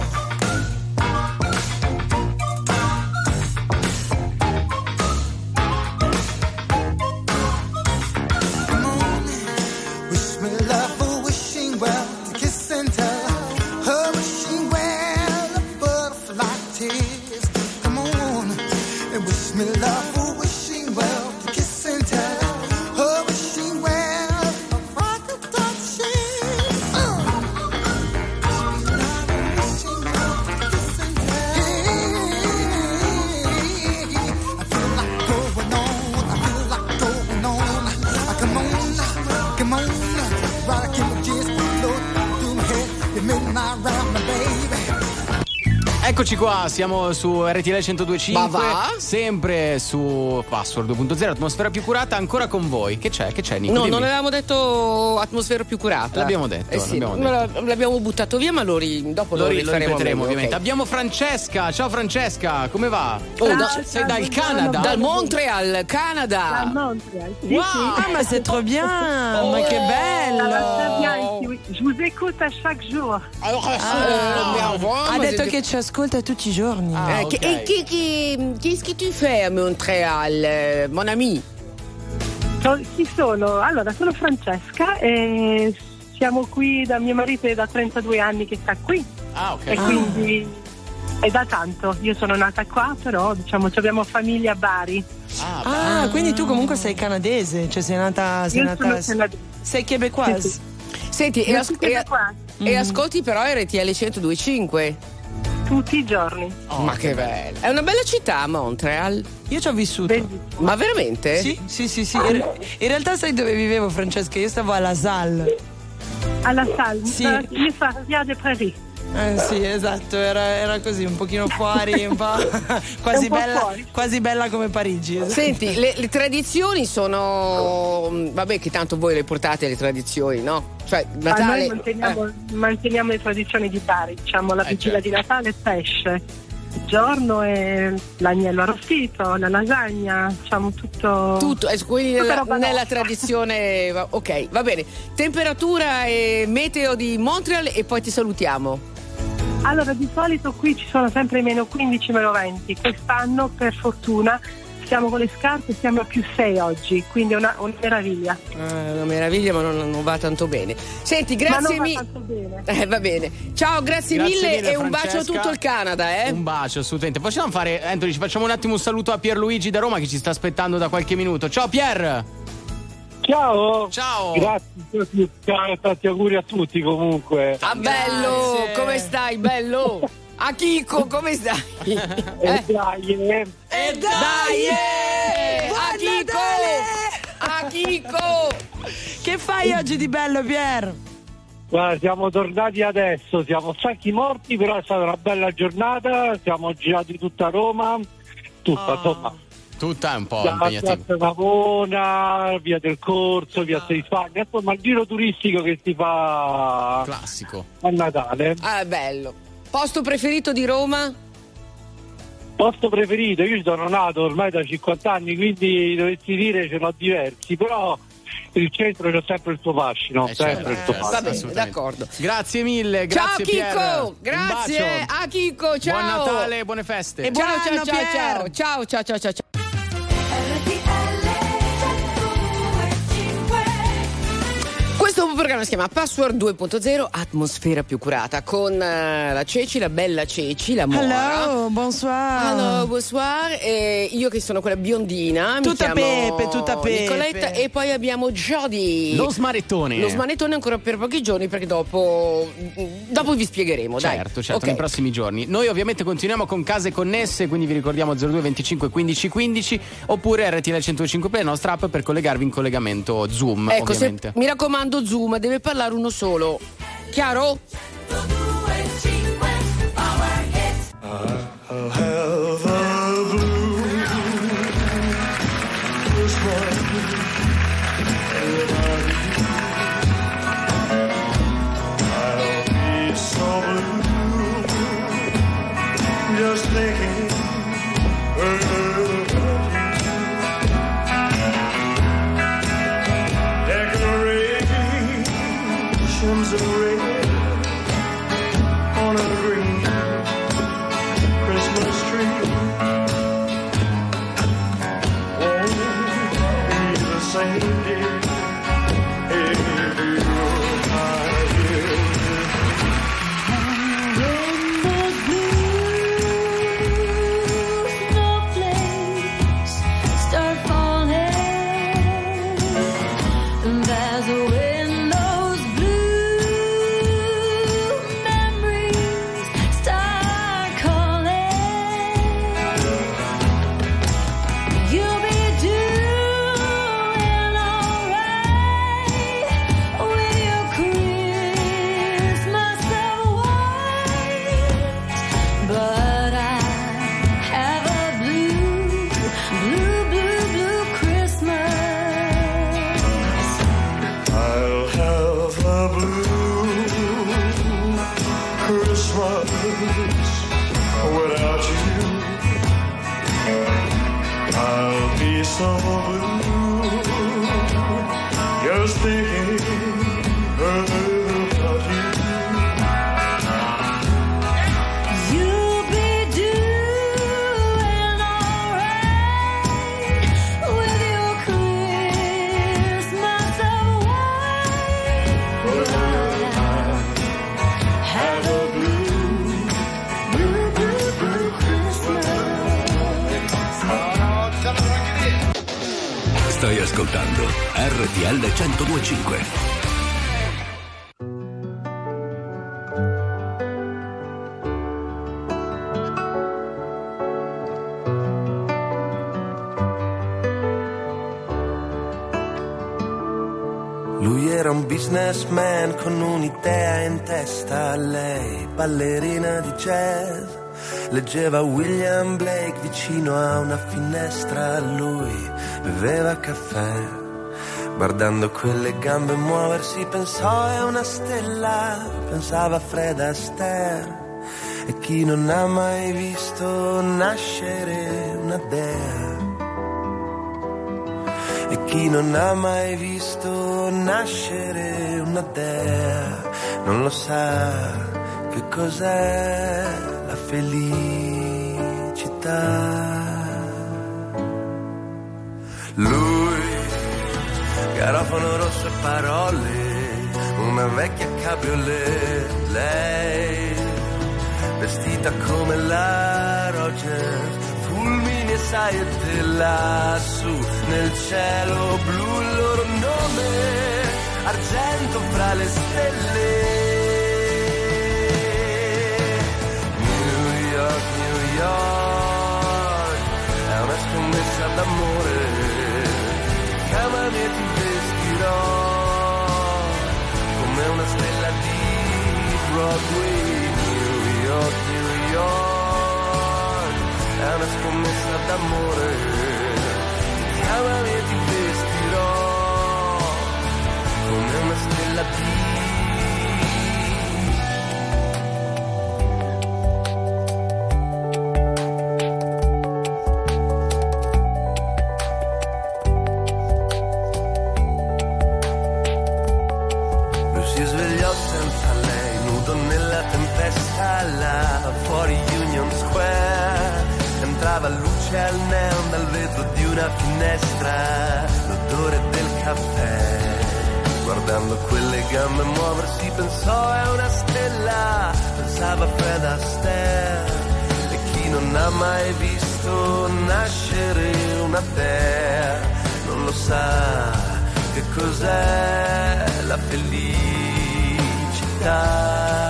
Come on, wish me love or wishing well to kiss and tell. Oh, wishing well a butterfly tears. Come on, and wish me love or wishing well to kiss and tell. Oh, wishing well a crocodile cheese. Come on, right, I keep my just float through my head. The midnight round my baby. Eccoci qua, siamo su RTL 102.5. Ma va? Sempre su Password 2.0, atmosfera più curata, ancora con voi. Che c'è, Nico? No, Dimmi. non avevamo detto atmosfera più curata. L'abbiamo detto, sì, l'abbiamo detto. L'abbiamo buttato via, ma dopo lo rifaremo ripeteremo meglio, ovviamente. ok. Abbiamo Francesca. Ciao Francesca, come va? Sei dal Canada? Dal Montreal, Canada. Dal Montreal. Sì, Wow, sì. ah, ma c'est trop bien, ma che bello. Ça va très bien ici, oui. Je vous écoute à chaque jour. Ha detto che ci ascolta tutti i giorni. ok. Qu'est-ce que tu fais a Montréal, mon ami? Chi sono? Allora, sono Francesca e siamo qui da mio marito è da 32 anni che sta qui. Ah, ok. E quindi è da tanto. Io sono nata qua, però diciamo abbiamo famiglia a Bari. Quindi tu comunque sei canadese, cioè sei nata. Io sono canadese. Sei québécoise. Sì, sì. Senti, e ascolti però RTL 102.5 tutti i giorni. Ma che bello. È una bella città, Montreal. Io ci ho vissuto. Ma veramente? Sì. In realtà sai dove vivevo, Francesca? Io stavo alla Salle. Alla Salle? Sì. Io sto a Via des Prairies. Sì, esatto, era così, un pochino fuori, un po' quasi bella come Parigi. Esatto. Senti, le tradizioni sono. Vabbè, che tanto voi le portate le tradizioni, no? Cioè, Natale. Noi manteniamo le tradizioni di Bari, diciamo la vigilia certo. di Natale, pesce. Il giorno è l'agnello arrostito, la lasagna, diciamo tutto. Quindi nella tradizione. Ok, va bene. Temperatura e meteo di Montreal e poi ti salutiamo. Allora, di solito qui ci sono sempre meno 15, meno 20. Quest'anno, per fortuna, siamo con le scarpe, siamo a più 6 oggi, quindi è una meraviglia. Una meraviglia, ma non va tanto bene. Senti, grazie mille. Va bene. Ciao, grazie mille e un bacio a tutto il Canada, Un bacio, assolutamente. Possiamo fare, Anthony, ci facciamo un attimo un saluto a Pierluigi da Roma che ci sta aspettando da qualche minuto. Ciao Pier! Ciao! Ciao! Grazie, tanti auguri a tutti comunque. Ah, bello! Grazie. Come stai, bello? A Chico, come stai? E dai! A Chico! Che fai oggi di bello, Pier? Guarda, siamo tornati adesso, siamo stanchi morti, però è stata una bella giornata, siamo girati tutta Roma, insomma. Tutta è un po' impegnativo. Piazza Navona, via del Corso, piazza di Spagna, insomma il giro turistico che si fa classico a Natale. Ah, bello. Posto preferito di Roma? Posto preferito, io ci sono nato ormai da 50 anni, quindi dovessi dire ce n'ho diversi, però il centro c'è sempre il suo fascino, sempre il suo fascino. Va bene, d'accordo. Grazie mille, grazie ciao Chico, Pier. grazie a Chico, ciao. Buon Natale, buone feste. E ciao. Questo programma si chiama Password 2.0, atmosfera più curata, con la Ceci, la bella Ceci, la Mora. Hello, bonsoir. E io che sono quella biondina, tutta mi chiamo Pepe, tutta Pepe. Nicoletta, e poi abbiamo Jody. Lo smanettone ancora per pochi giorni, perché dopo vi spiegheremo. Certo, okay. Nei prossimi giorni. Noi ovviamente continuiamo con case connesse, quindi vi ricordiamo 02 25 15 15 oppure RTL 105 Play, la nostra app per collegarvi in collegamento Zoom. Ecco, ovviamente. Mi raccomando, Zoom, deve parlare uno solo. Chiaro? I'll have a blue Christmas I'll be so blue just thinking about you. Decorations of red Christmas without you. I'll be so blue just thinking about you. You'll be doing alright with your Christmas away. But have a blue, blue, blue, blue Christmas. Stai ascoltando RTL 102.5. Lui era un businessman con un'idea in testa, lei ballerina di jazz. Leggeva William Blake vicino a una finestra, lui beveva caffè. Guardando quelle gambe muoversi pensò è una stella, pensava a Fred Astaire. E chi non ha mai visto nascere una dea? E chi non ha mai visto nascere una dea non lo sa che cos'è la felicità. Lui, garofano rosso e parole, una vecchia cabriolet, lei, vestita come la Rogers, fulmini e saette lassù nel cielo blu, il loro nome, argento fra le stelle. New York, New York, è una scommessa d'amore. Chiamami e ti vestirò come una stella di Broadway. New York, New York, è una scommessa d'amore. Chiamami e ti vestirò come una stella di fuori Union Square, entrava luce al neon dal vetro di una finestra, l'odore del caffè. Guardando quelle gambe muoversi pensò è una stella, pensava a Fred Astaire. E chi non ha mai visto nascere una dea non lo sa che cos'è la felicità.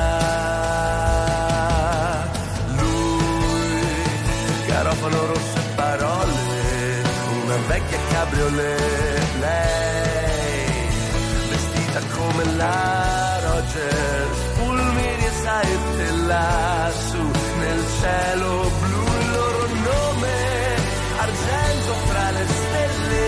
Garofano rosso e parole, una vecchia cabriolet, lei, vestita come la Rogers, fulmini e saette lassù nel cielo blu, il loro nome, argento fra le stelle.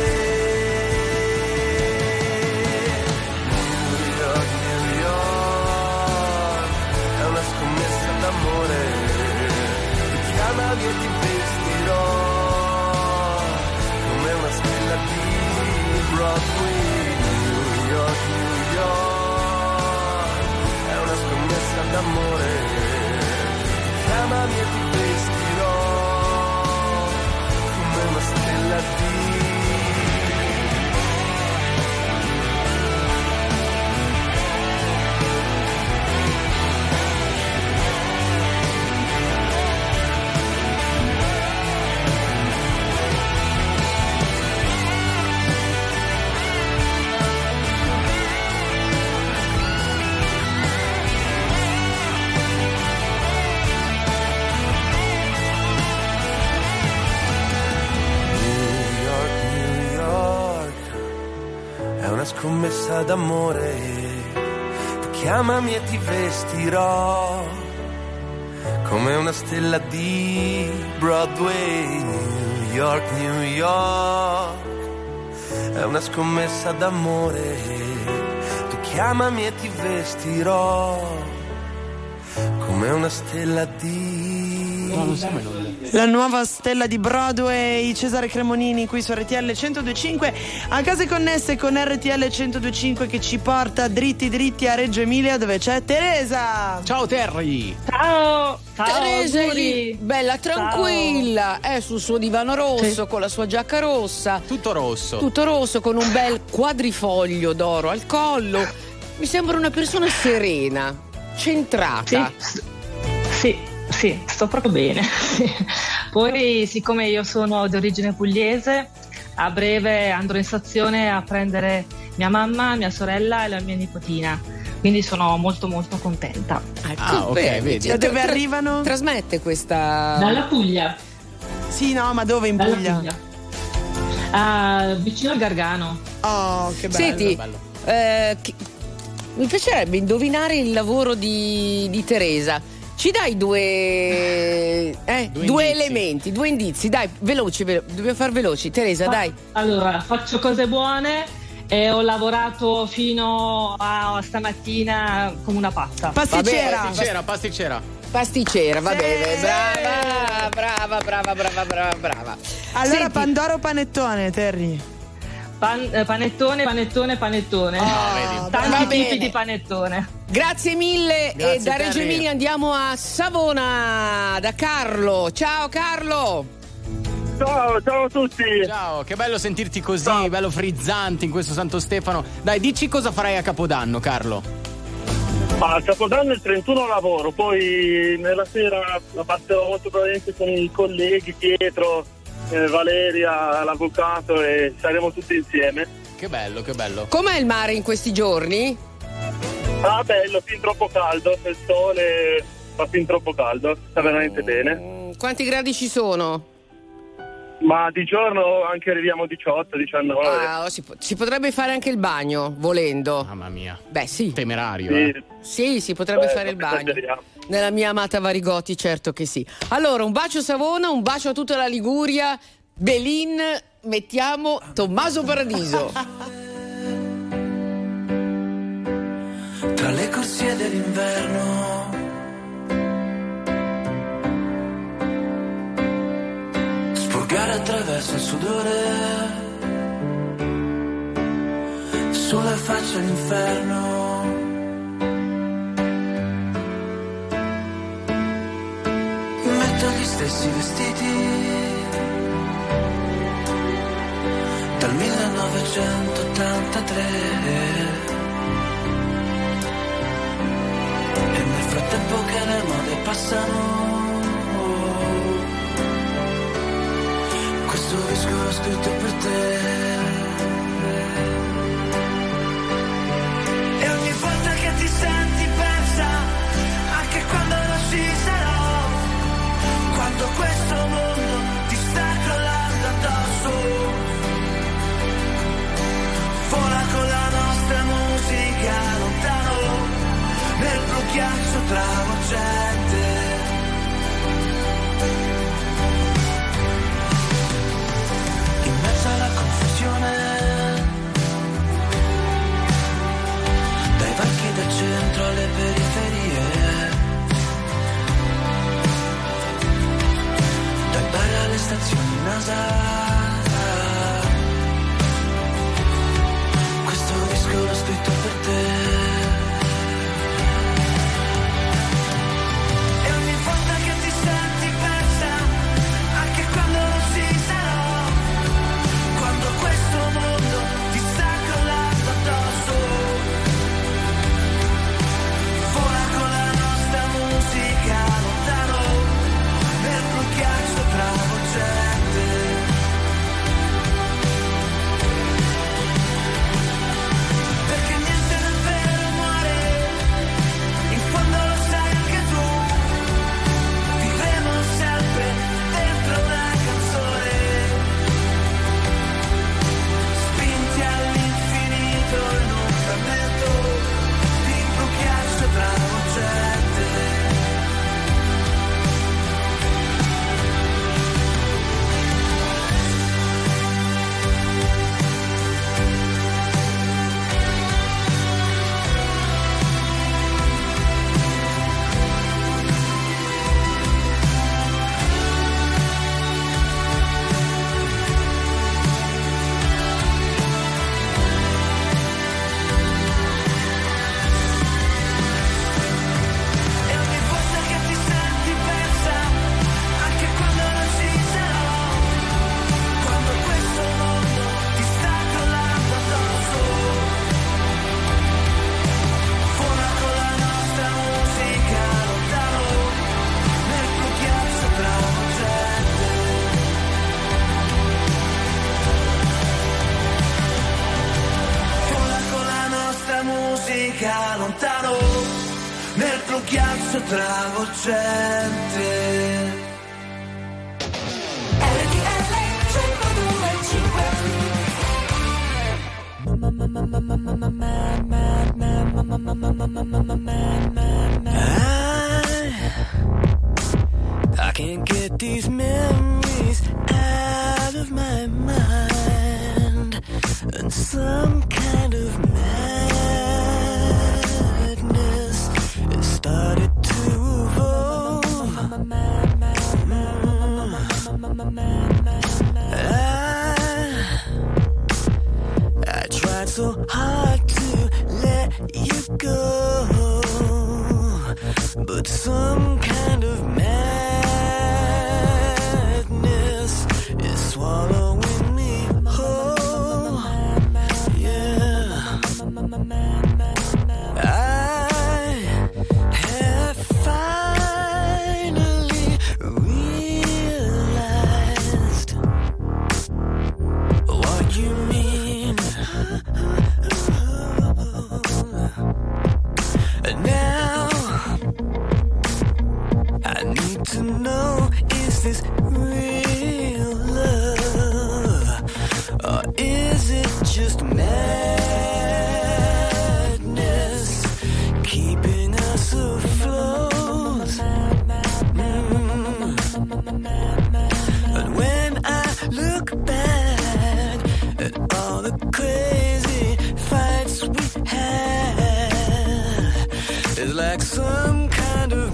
New York, New York, è una scommessa d'amore. Chiamami e ti vestirò come una stella di Broadway. New York, New York, è una scommessa d'amore. Chiamami e ti vestirò come una stella di scommessa d'amore. Chiamami e ti vestirò come una stella di Broadway. New York, New York, è una scommessa d'amore. Tu chiamami e ti vestirò come come una stella di... La nuova stella di Broadway, Cesare Cremonini qui su RTL 102.5, a Case Connesse con RTL 102.5 che ci porta dritti a Reggio Emilia, dove c'è Teresa. Ciao Terry. Ciao Teresa è lì, auguri. bella tranquilla, è sul suo divano rosso, con la sua giacca rossa, tutto rosso, con un bel quadrifoglio d'oro al collo. Mi sembra una persona serena, centrata. Sì, sto proprio bene. Poi, siccome io sono di origine pugliese, a breve andrò in stazione a prendere mia mamma, mia sorella e la mia nipotina. Quindi sono molto molto contenta. Ok, vedi. Da dove arrivano? Trasmette questa... Dalla Puglia. Sì, no, ma dove in Puglia? Vicino al Gargano. Oh, che bello. Senti, bello. Mi piacerebbe indovinare il lavoro di Teresa. Ci dai due elementi, due indizi, dai, veloci, dobbiamo far veloci. Teresa, dai. Allora, faccio cose buone e ho lavorato fino a stamattina come una pazza. Pasticcera, va bene, brava. Allora, senti, Pandoro o panettone, Terry? Panettone. Tanti tipi di panettone. Grazie mille. Grazie, e da Reggio Terry. Emilia andiamo a Savona, da Carlo. Ciao Carlo. Ciao a tutti. Ciao, che bello sentirti così, bello frizzante in questo Santo Stefano. Dai, dici cosa farai a Capodanno, Carlo? A Capodanno il 31 lavoro, poi nella sera la passerò molto probabilmente con i colleghi Pietro, Valeria, l'avvocato, e saremo tutti insieme. Che bello. Com'è il mare in questi giorni? Bello, fin troppo caldo, il sole fa fin troppo caldo, sta veramente bene. Quanti gradi ci sono? Ma di giorno anche arriviamo a 18, 19. Si potrebbe fare anche il bagno, volendo. Mamma mia. Beh, sì. Temerario. Sì, si potrebbe fare il bagno. Nella mia amata Varigoti, certo che sì. Allora, un bacio a Savona, un bacio a tutta la Liguria. Belin, mettiamo Tommaso Paradiso. Tra le corsie dell'inverno, sporgare attraverso il sudore, sulla faccia l'inferno, metto gli stessi vestiti dal 1983. E nel frattempo che le mode passano, questo disco l'ho scritto per te. E ogni volta che ti senti persa, anche quando non ci sarò, quando questo mondo ti sta crollando addosso, vola con la nostra musica lontano nel blu ghiaccio travolgente. In mezzo alla confusione, dai banchi del centro alle periferie, dai bar alle stazioni NASA, questo disco l'ho scritto per te. travolgente. I can't get these memories out of my mind, and some kind of madness has started to evolve. I tried so hard to let you go, but some kind of madness is swallowing me whole. Yeah, I have finally realized what you mean. Now I need to know, is this real love, or is it just madness keeping us afloat? And when I look back at all the crazy fights we had, it's like some kind of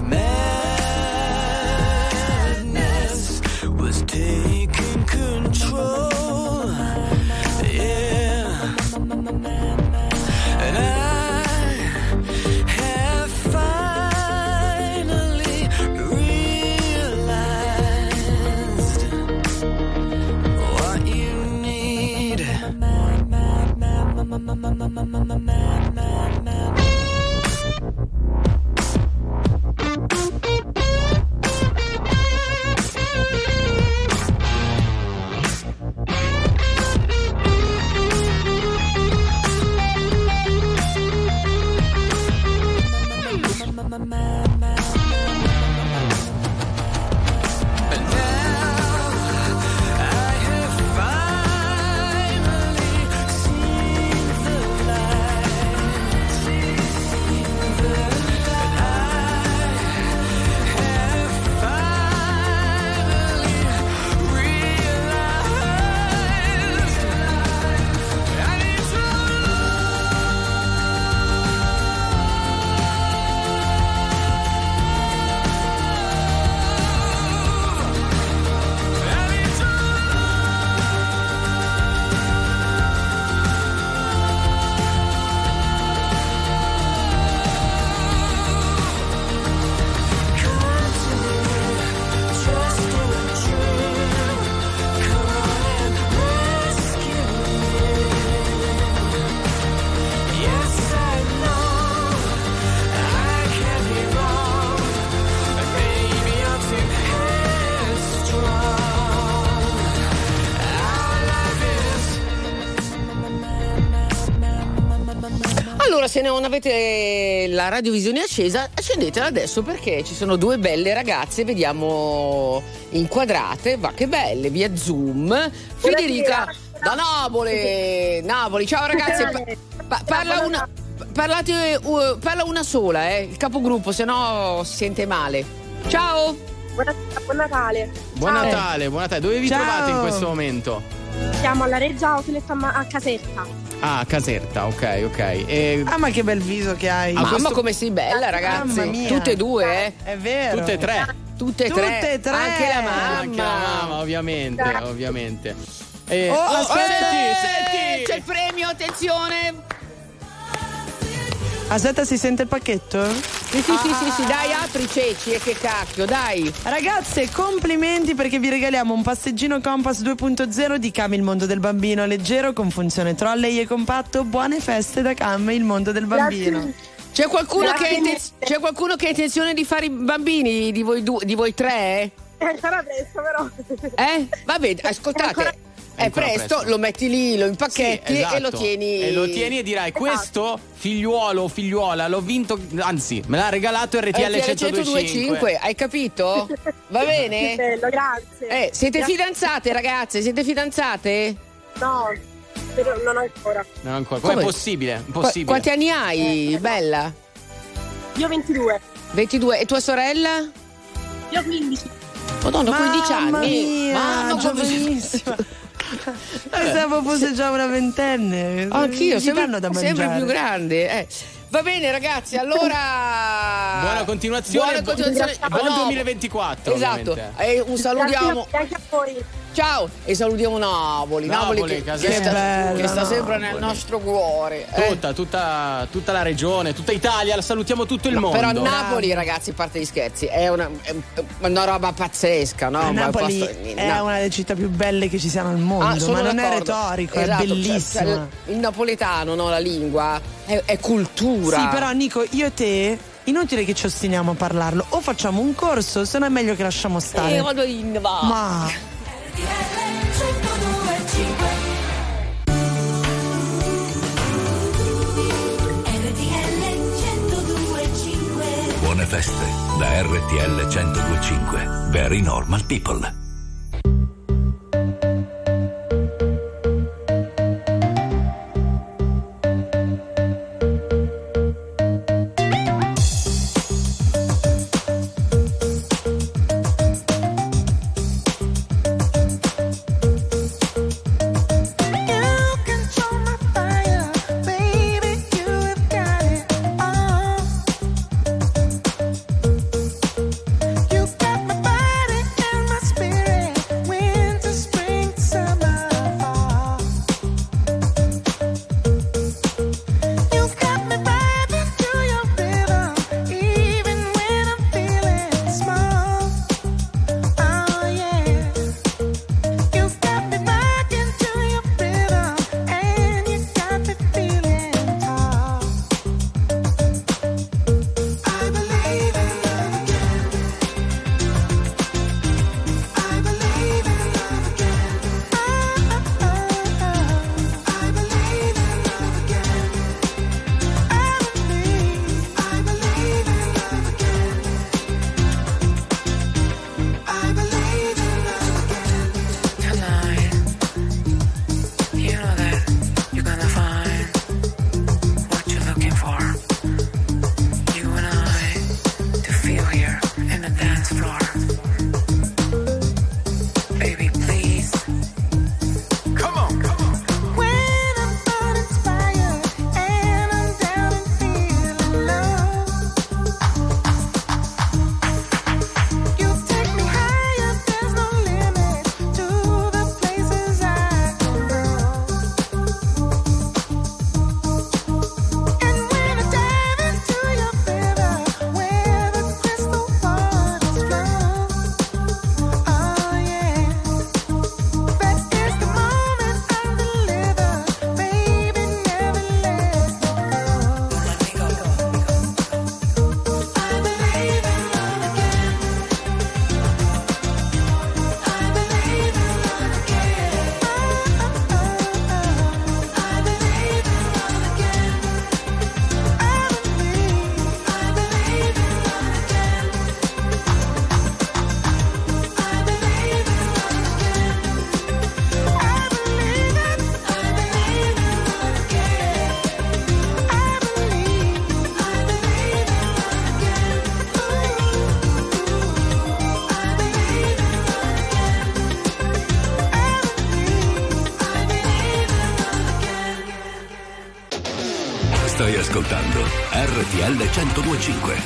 madness was taking control. Yeah, and I have finally realized what you need. Allora, se non avete la radiovisione accesa, accendetela adesso, perché ci sono due belle ragazze, vediamo inquadrate, va che belle, via Zoom. Federica da Napoli. Ciao ragazze, parla una sola, il capogruppo, se no si sente male. Ciao. Buon Natale. Buon Natale. Dove vi trovate in questo momento? Siamo alla Reggia Outlet a Caserta. Ah, Caserta, ok. Ma che bel viso che hai. Mamma, come sei bella, ragazze. Tutte e due, È vero. Tutte e tre. Tutte e tre. Anche la mamma, ovviamente. Aspetti, c'è il premio, attenzione. Aspetta, si sente il pacchetto? Sì, dai, apri ceci, e che cacchio, dai. Ragazze, complimenti, perché vi regaliamo un passeggino Compass 2.0 di Cam, il mondo del bambino, leggero con funzione trolley e compatto. Buone feste da Cam, il mondo del bambino. C'è qualcuno che ha intenzione di fare i bambini di voi tre? Ancora presto, però. Vabbè, ascoltate. È presto, lo metti lì, lo impacchetti, sì, esatto. e lo tieni. E lo tieni e dirai: questo figliuolo o figliuola l'ho vinto, anzi, me l'ha regalato RTL 102.5. Hai capito? Va bene? Che bello, grazie. Siete fidanzate, ragazze? Siete fidanzate? No, però non ancora. Non ancora. Com'è possibile? Impossibile. Quanti anni hai, Bella? Io 22. 22. E tua sorella? Io 15. Madonna, 15 anni. Mia, giovanissima. Pensavo fosse già una ventenne. Anch'io, sempre più grande. Va bene, ragazzi, allora. Buona continuazione. Buon 2024. Esatto. E un salutiamo. Anche a voi. Ciao, e salutiamo Napoli che sta sempre nel nostro cuore. Tutta la regione, tutta Italia, la salutiamo tutto il mondo. Però Napoli, ragazzi, a parte gli scherzi, è una roba pazzesca, no? Napoli è una delle città più belle che ci siano al mondo, ma non è retorico, esatto, è bellissimo. Cioè, il napoletano, no? La lingua è cultura. Sì, però Nico, io e te inutile che ci ostiniamo a parlarlo, o facciamo un corso, se no è meglio che lasciamo stare. Vado in va. Ma Buone feste da RTL 102.5. Very normal people. Stai ascoltando RTL 102.5.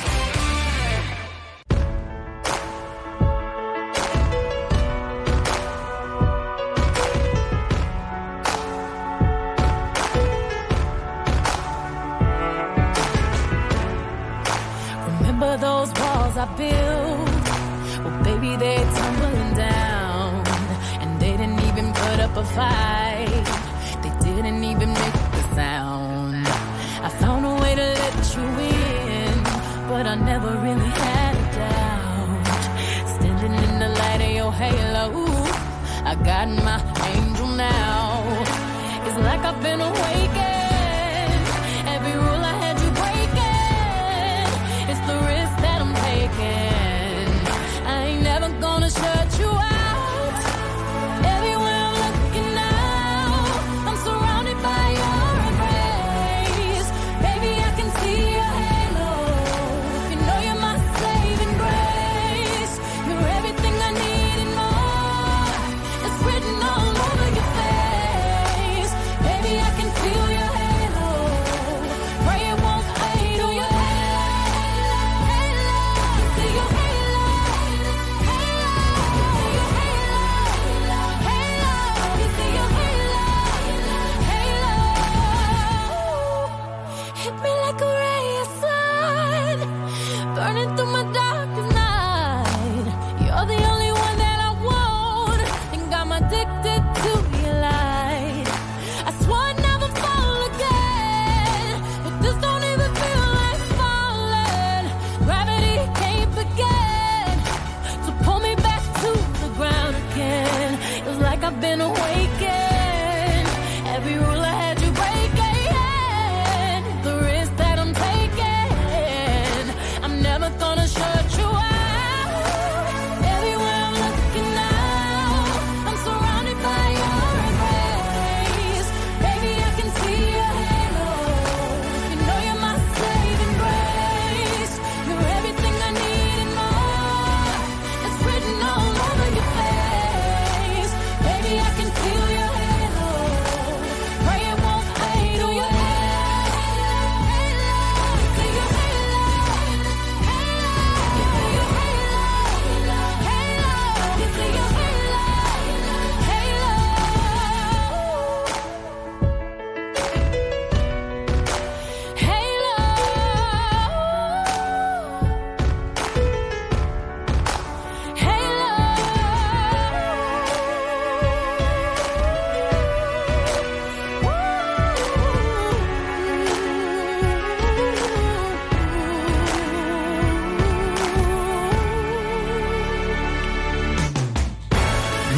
Remember those walls I built? Well, baby, they're tumbling down. And they didn't even put up a fight. They didn't even make the sound. I found a way to let you in, but I never really had a doubt. Standing in the light of your halo, I got my angel now.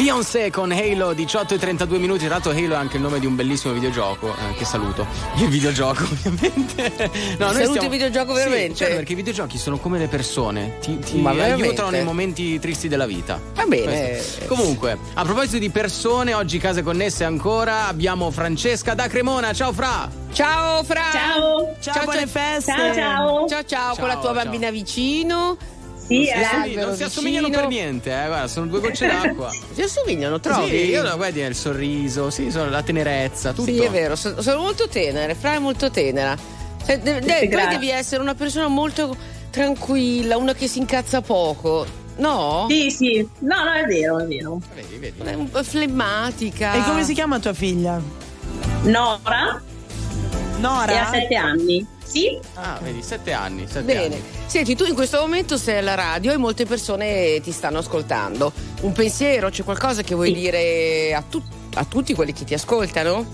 Beyoncé con Halo, 18:32 minuti. Tra l'altro Halo è anche il nome di un bellissimo videogioco, che saluto. Il videogioco, ovviamente. No, saluti il videogioco veramente? Sì, certo, perché i videogiochi sono come le persone, ti Ma aiutano nei momenti tristi della vita. Va bene. Comunque, a proposito di persone, oggi Case Connesse ancora abbiamo Francesca da Cremona. Ciao Fra! Ciao Fra! Ciao, buone feste! Ciao, con la tua bambina vicino. Sì, non si assomigliano per niente, guarda, sono due gocce d'acqua. Si assomigliano, trovi? Sì, io la guardi nel sorriso, sì, sono la tenerezza, tutto. Sì, è vero, sono molto tenere, Fra è molto tenera. Poi devi essere una persona molto tranquilla, una che si incazza poco. No? Sì. No, è vero. Vedi. È un po' flemmatica. E come si chiama tua figlia? Nora? E ha 7 anni. Sì? Ah, vedi, 7 anni. Bene. Senti, tu in questo momento sei alla radio e molte persone ti stanno ascoltando. Un pensiero, c'è qualcosa che vuoi dire a tutti quelli che ti ascoltano?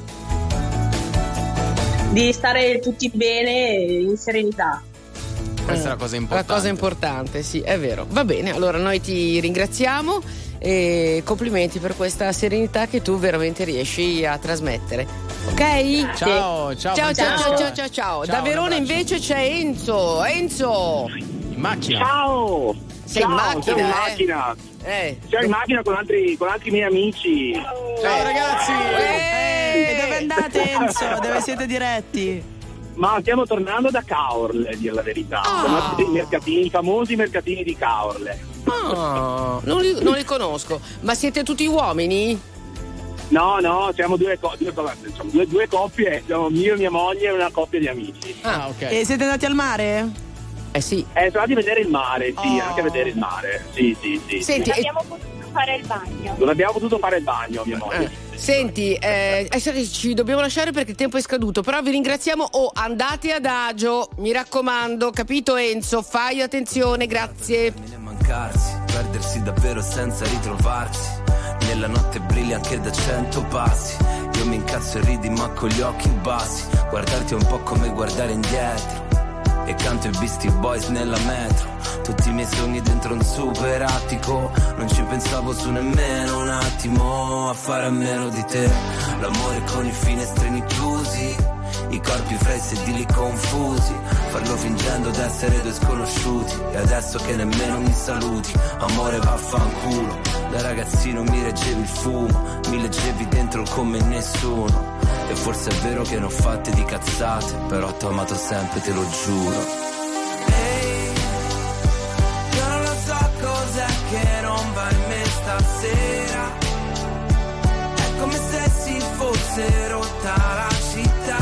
Di stare tutti bene in serenità. Questa è la cosa importante. La cosa importante, sì, è vero. Va bene, allora noi ti ringraziamo e complimenti per questa serenità che tu veramente riesci a trasmettere. Ok? Ciao. Ciao. Da Verona invece c'è Enzo. In macchina. Ciao. Sei in macchina? Sono in macchina. Siamo in macchina con altri miei amici. Ciao ragazzi. E dove andate, Enzo? Dove siete diretti? Ma stiamo tornando da Caorle, a dire la verità. Sono i famosi mercatini di Caorle. Non li conosco. Ma siete tutti uomini? No, siamo due coppie, siamo io e mia moglie e una coppia di amici. Ok. E siete andati al mare? Sì. Sono andati a vedere il mare, sì, anche a vedere il mare. Sì. Senti, non abbiamo potuto fare il bagno. Non abbiamo potuto fare il bagno, mia moglie. Senti, ci dobbiamo lasciare perché il tempo è scaduto, però vi ringraziamo. Andate ad agio, mi raccomando, capito Enzo? Fai attenzione, grazie. Mancarsi, perdersi davvero senza ritrovarsi. Nella notte brilla anche da 100 passi. Io mi incazzo e ridi ma con gli occhi bassi. Guardarti è un po' come guardare indietro. E canto i Beastie Boys nella metro. Tutti i miei sogni dentro un super attico. Non ci pensavo su nemmeno un attimo a fare a meno di te. L'amore con i finestrini chiusi, i corpi fra i sedili confusi. Farlo fingendo d'essere due sconosciuti. E adesso che nemmeno mi saluti. Amore vaffanculo. Da ragazzino mi reggevi il fumo. Mi leggevi dentro come nessuno. E forse è vero che ne ho fatte di cazzate, però t'ho amato sempre, te lo giuro. Ehi, io non lo so cos'è che non va in me stasera. È come se si fosse rotta la città.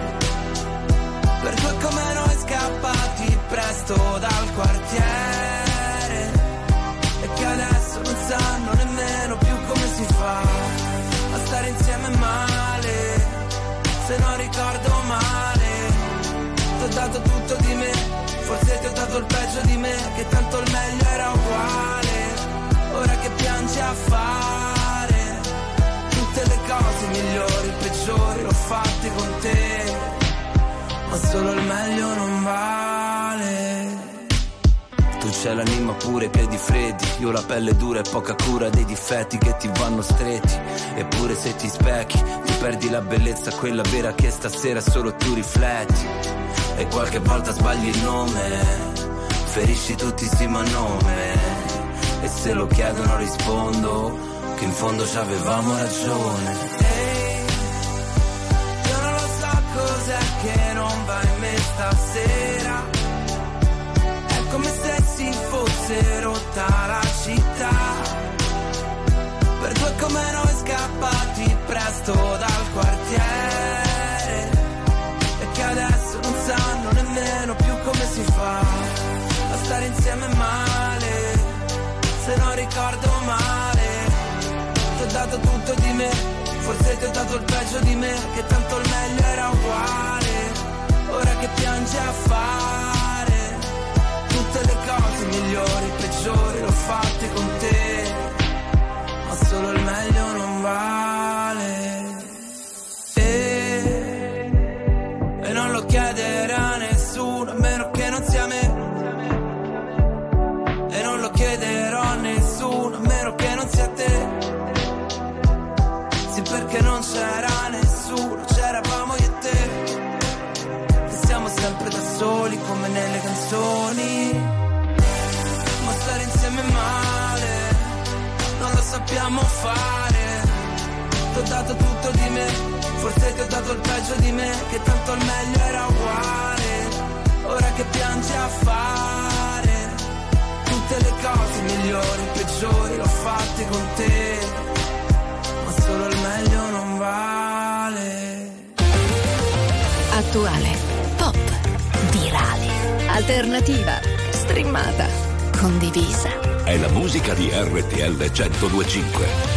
Per due come noi scappati presto dal quartiere. E che adesso non sanno nemmeno più come si fa a stare insieme male. Se non ricordo male, ti ho dato tutto di me, forse ti ho dato il peggio di me, che tanto il meglio era uguale. Ora che piangi a fare tutte le cose migliori, peggiori, l'ho fatte con te, ma solo il meglio non vale. Tu c'hai l'anima pure che di freddi, io la pelle dura e poca cura dei difetti che ti vanno stretti. Eppure se ti specchi, ti perdi la bellezza, quella vera che stasera solo tu rifletti. E qualche volta sbagli il nome, ferisci tutti sì ma nome. E se lo chiedono rispondo, che in fondo ci avevamo ragione. Ehi, io non lo so cos'è che non va in me stasera. Come se si fosse rotta la città. Per due come noi scappati presto dal quartiere. E che adesso non sanno nemmeno più come si fa a stare insieme male. Se non ricordo male, ti ho dato tutto di me, forse ti ho dato il peggio di me, che tanto il meglio era uguale. Ora che piangi a fare tutte le cose migliori, peggiori, l'ho fatte con te, ma solo il meglio non vale. E non lo chiederà a nessuno, a meno che non sia me. E non lo chiederò a nessuno, a meno che non sia te. potevamo fare. Ti ho dato tutto di me, forse ti ho dato il peggio di me, che tanto il meglio era uguale. Ora che piangi a fare tutte le cose migliori, peggiori, l'ho fatte con te, ma solo il meglio non vale. Attuale, pop, virale, alternativa, streamata, condivisa. È la musica di RTL 102.5.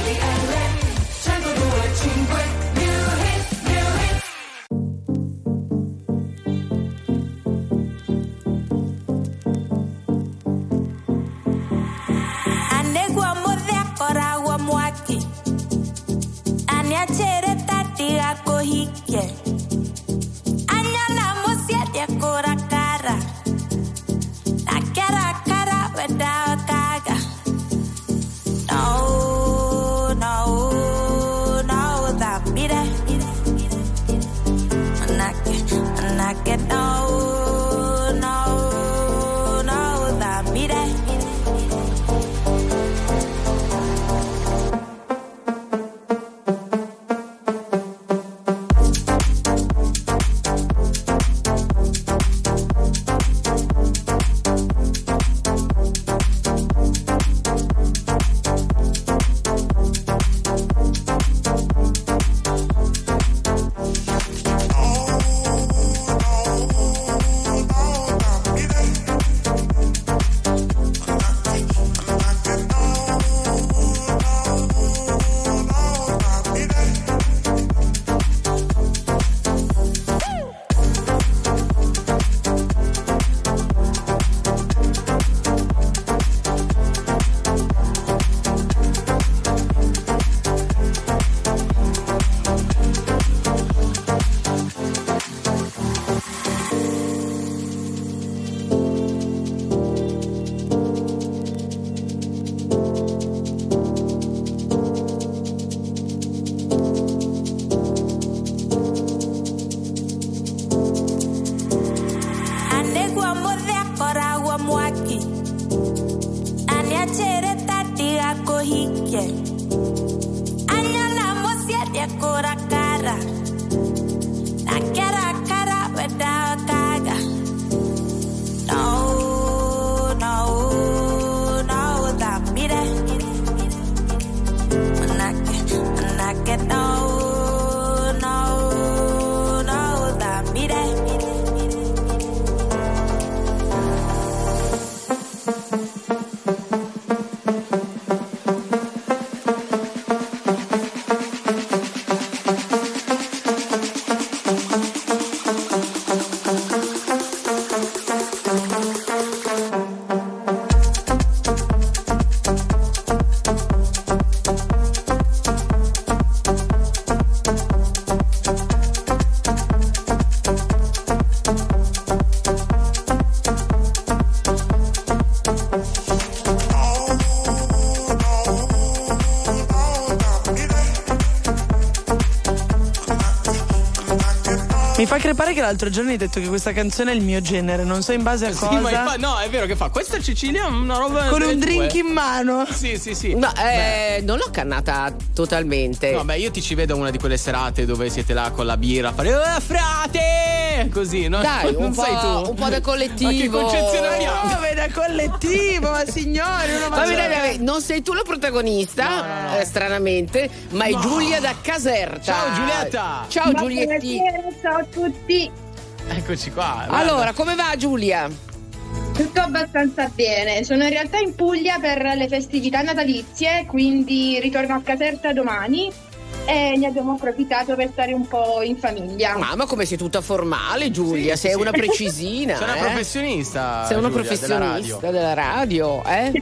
Mi fa crepare che l'altro giorno hai detto che questa canzone è il mio genere, non so in base a cosa. Ma no, è vero che fa. Questa Cecilia è una roba. Con un drink in mano. Sì. No, non l'ho cannata totalmente. No, beh, io ti ci vedo una di quelle serate dove siete là con la birra a fare frate! Così, no? Dai, non sei tu. Un po' da collettivo. Ma che concezionaria? Come da collettivo, ma signori, vabbè, non sei tu la protagonista, no. Stranamente, ma è Giulia da Caserta. Ciao Giulietta. Ciao Giulietti. Ciao a tutti. Eccoci qua. Allora, come va Giulia? Tutto abbastanza bene. Sono in realtà in Puglia per le festività natalizie, quindi ritorno a Caserta domani e ne abbiamo approfittato per stare un po' in famiglia. Ma come sei tutta formale, Giulia? Sei una precisina. Sei una professionista. Sei una Giulia, professionista della radio, eh?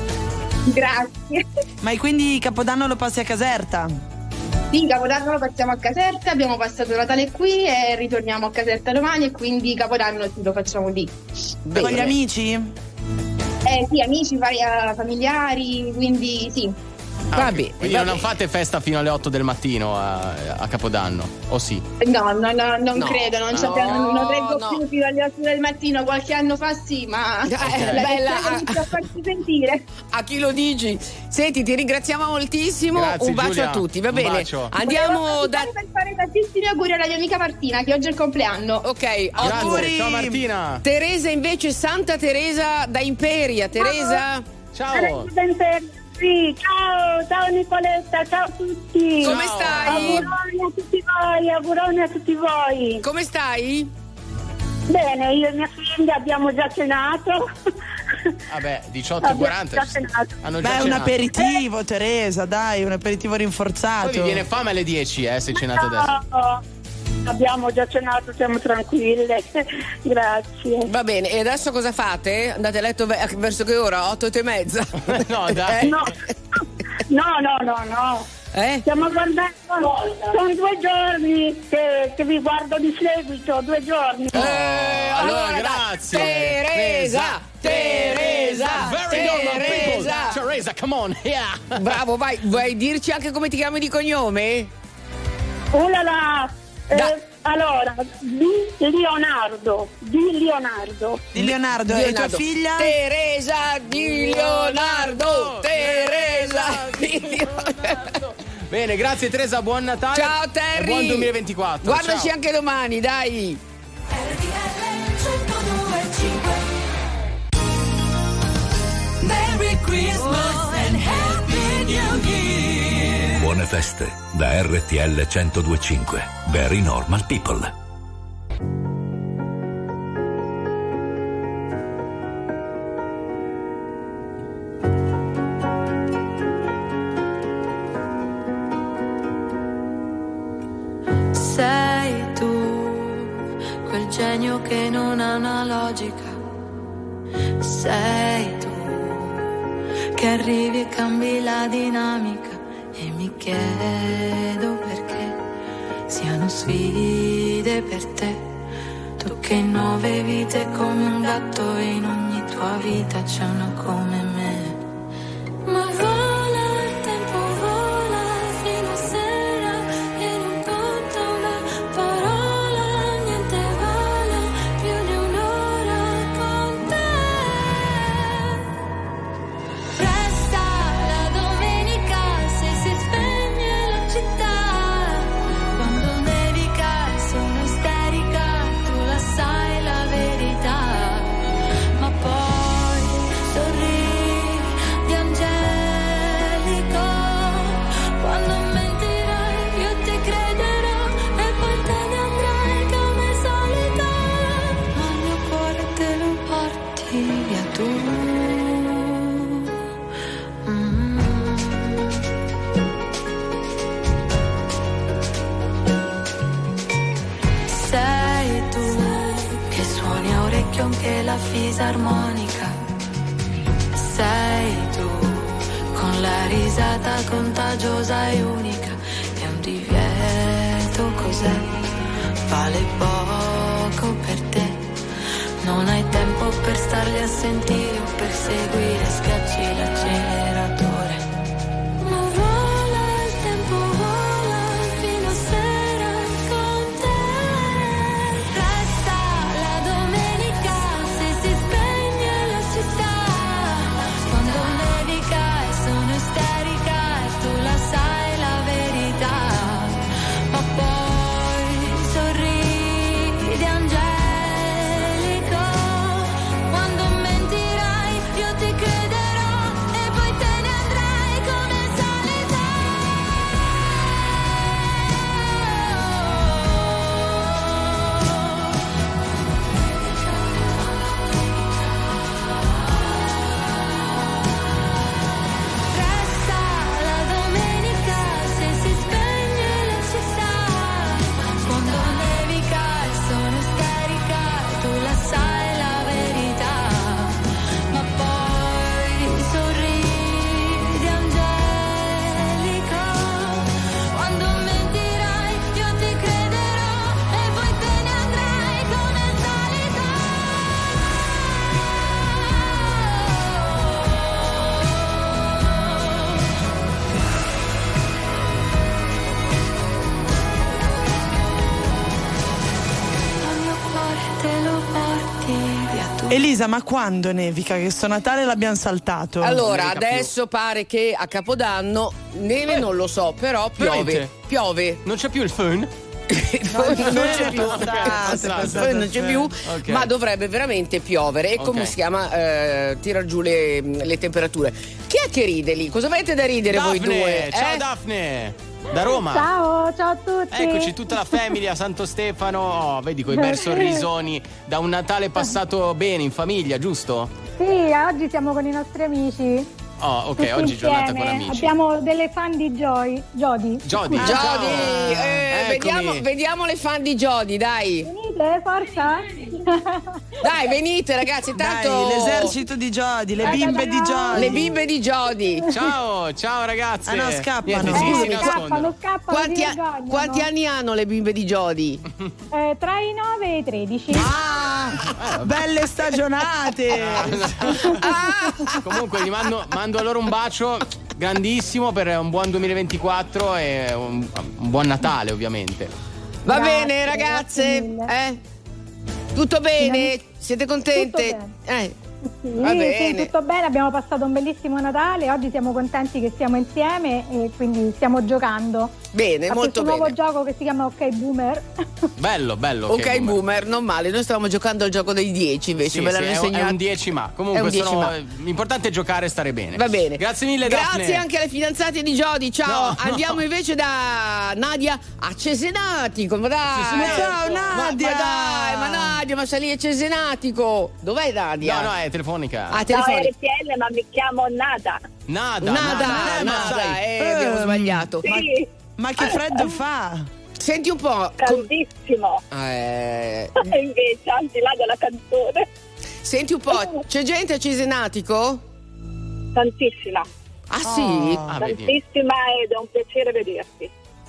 Grazie. Ma e quindi Capodanno lo passi a Caserta? Sì, Capodanno lo passiamo a Caserta, abbiamo passato Natale qui e ritorniamo a Caserta domani e quindi Capodanno lo facciamo lì. Con gli amici? Sì, amici, familiari, quindi sì. Va bene. Quindi non fate festa fino alle 8 del mattino a Capodanno, o sì? No, non No. credo, non reggo più fino alle 8 del mattino, qualche anno fa sì, ma bella. a farsi sentire. A chi lo dici? Senti, ti ringraziamo moltissimo. Grazie, un bacio Giulia. a tutti, va Un bene? bacio. Andiamo da. Per fare tantissimi auguri alla mia amica Martina, che oggi è il compleanno. Ok, Grazie, auguri. ciao Martina. Teresa invece, Santa Teresa da Imperia. Teresa? Ciao. Sì, ciao Nicoletta, ciao a tutti. Come stai? Auguroni a tutti voi. Come stai? Bene, io e mia figlia abbiamo già cenato. Vabbè, 18:40. Hanno già Beh, un cenato. aperitivo, Teresa, dai, un aperitivo rinforzato. Poi vi viene fame alle 10, se cenate adesso. No, abbiamo già cenato, siamo tranquille. Grazie. Va bene, e adesso cosa fate? Andate a letto verso che ora? 8:30? No, dai. No. Stiamo guardando, sono 2 giorni che vi guardo di seguito, 2 giorni. Allora, grazie. Teresa. Very normal people. Teresa, come on, yeah. Bravo, vai, vuoi dirci anche come ti chiami di cognome? Allora, di Leonardo. Di Leonardo. E tua figlia? Teresa Di Leonardo. Teresa Di Leonardo. Bene, grazie Teresa, buon Natale. Ciao Terry. E buon 2024. Guardaci ciao. anche domani, dai. Merry Christmas and Happy New Year. Buone feste da RTL 102.5. Very Normal People. Sei tu, quel genio che non ha una logica. Sei tu, che arrivi e cambi la dinamica. E mi chiedo perché siano sfide per te. Tu che in 9 vite come un gatto, e in ogni tua vita c'è una come me. Ma vola il tempo, vola fino a sera, e non conta una parola, niente vale più di un'ora con te. Resta la domenica se si spegne la città, quando nevica e sono isterica, tu la sai la verità, ma poi sorridi angelico, quando mentirai io ti crederò e poi te ne andrai come solita, ma il mio cuore te lo porti via tu. Sei tu che suoni a orecchio anche la fisarmonica. Sei tu con la risata contagiosa e unica. È un divieto, cos'è? Vale poco per te. Non hai tempo per starli a sentire o per seguire, schiacci l'acceleratore. Ma vola il tempo, vola fino a sera con te. Resta la domenica se si spegne la città, quando nevica e sono isterica e tu la sai la verità, ma poi sorridi angelico, quando mentirai io ti credo. Elisa, ma quando nevica? Che sto Natale l'abbiamo saltato. Allora, adesso pare che a Capodanno neve non lo so, però piove. Piove. Non c'è più il phon? Non c'è più, non c'è più, Okay. ma dovrebbe veramente piovere. E come si chiama? Tira giù le temperature. Chi è che ride lì? Cosa avete da ridere Daphne, voi due? Ciao Daphne, da Roma. Ciao a tutti. Eccoci, tutta la famiglia, Santo Stefano. Oh, vedi quei bei sorrisoni da un Natale passato bene in famiglia, giusto? Sì, oggi siamo con i nostri amici. Oh, ok, Tutti oggi giornata insieme. con amici. Abbiamo delle fan di Jody. Jody, vediamo le fan di Jody, dai. Venite, forza. Dai, venite ragazzi, tanto Dai, l'esercito di Jody, le bimbe di Jody. Le bimbe di Jody. Ciao ragazze. Ah no, scappano. Niente, si nascondono. Scappano. Quanti anni hanno le bimbe di Jody? Tra i 9 e i 13. Belle stagionate. Comunque gli mando a loro un bacio grandissimo per un buon 2024 e un buon Natale, ovviamente. Va bene ragazze? Tutto bene? Siete contente? Va bene. Sì, tutto bene, abbiamo passato un bellissimo Natale, oggi siamo contenti che siamo insieme e quindi stiamo giocando. Bene, molto bene. Nuovo gioco che si chiama Ok Boomer. Bello. Ok Boomer, non male. Noi stavamo giocando al gioco dei 10 invece, Sì, me l'hanno insegnato. È un 10 ma comunque l'importante è giocare e stare bene. Va bene. Grazie mille Daphne. Grazie anche alle fidanzate di Jody. Ciao. Andiamo invece da Nadia a Cesenatico. Ciao Nadia. Ma Nadia, ma sei lì a Cesenatico. Dov'è Nadia? No, è telefonica. telefonica. No, RTL, ma mi chiamo Nada. Nada, abbiamo sbagliato. Sì. Ma che freddo fa? Senti un po'. Caldissimo. Invece, anzi là della canzone. Senti un po', c'è gente a Cesenatico? Tantissima. Ah sì? Tantissima ed è un piacere vederti.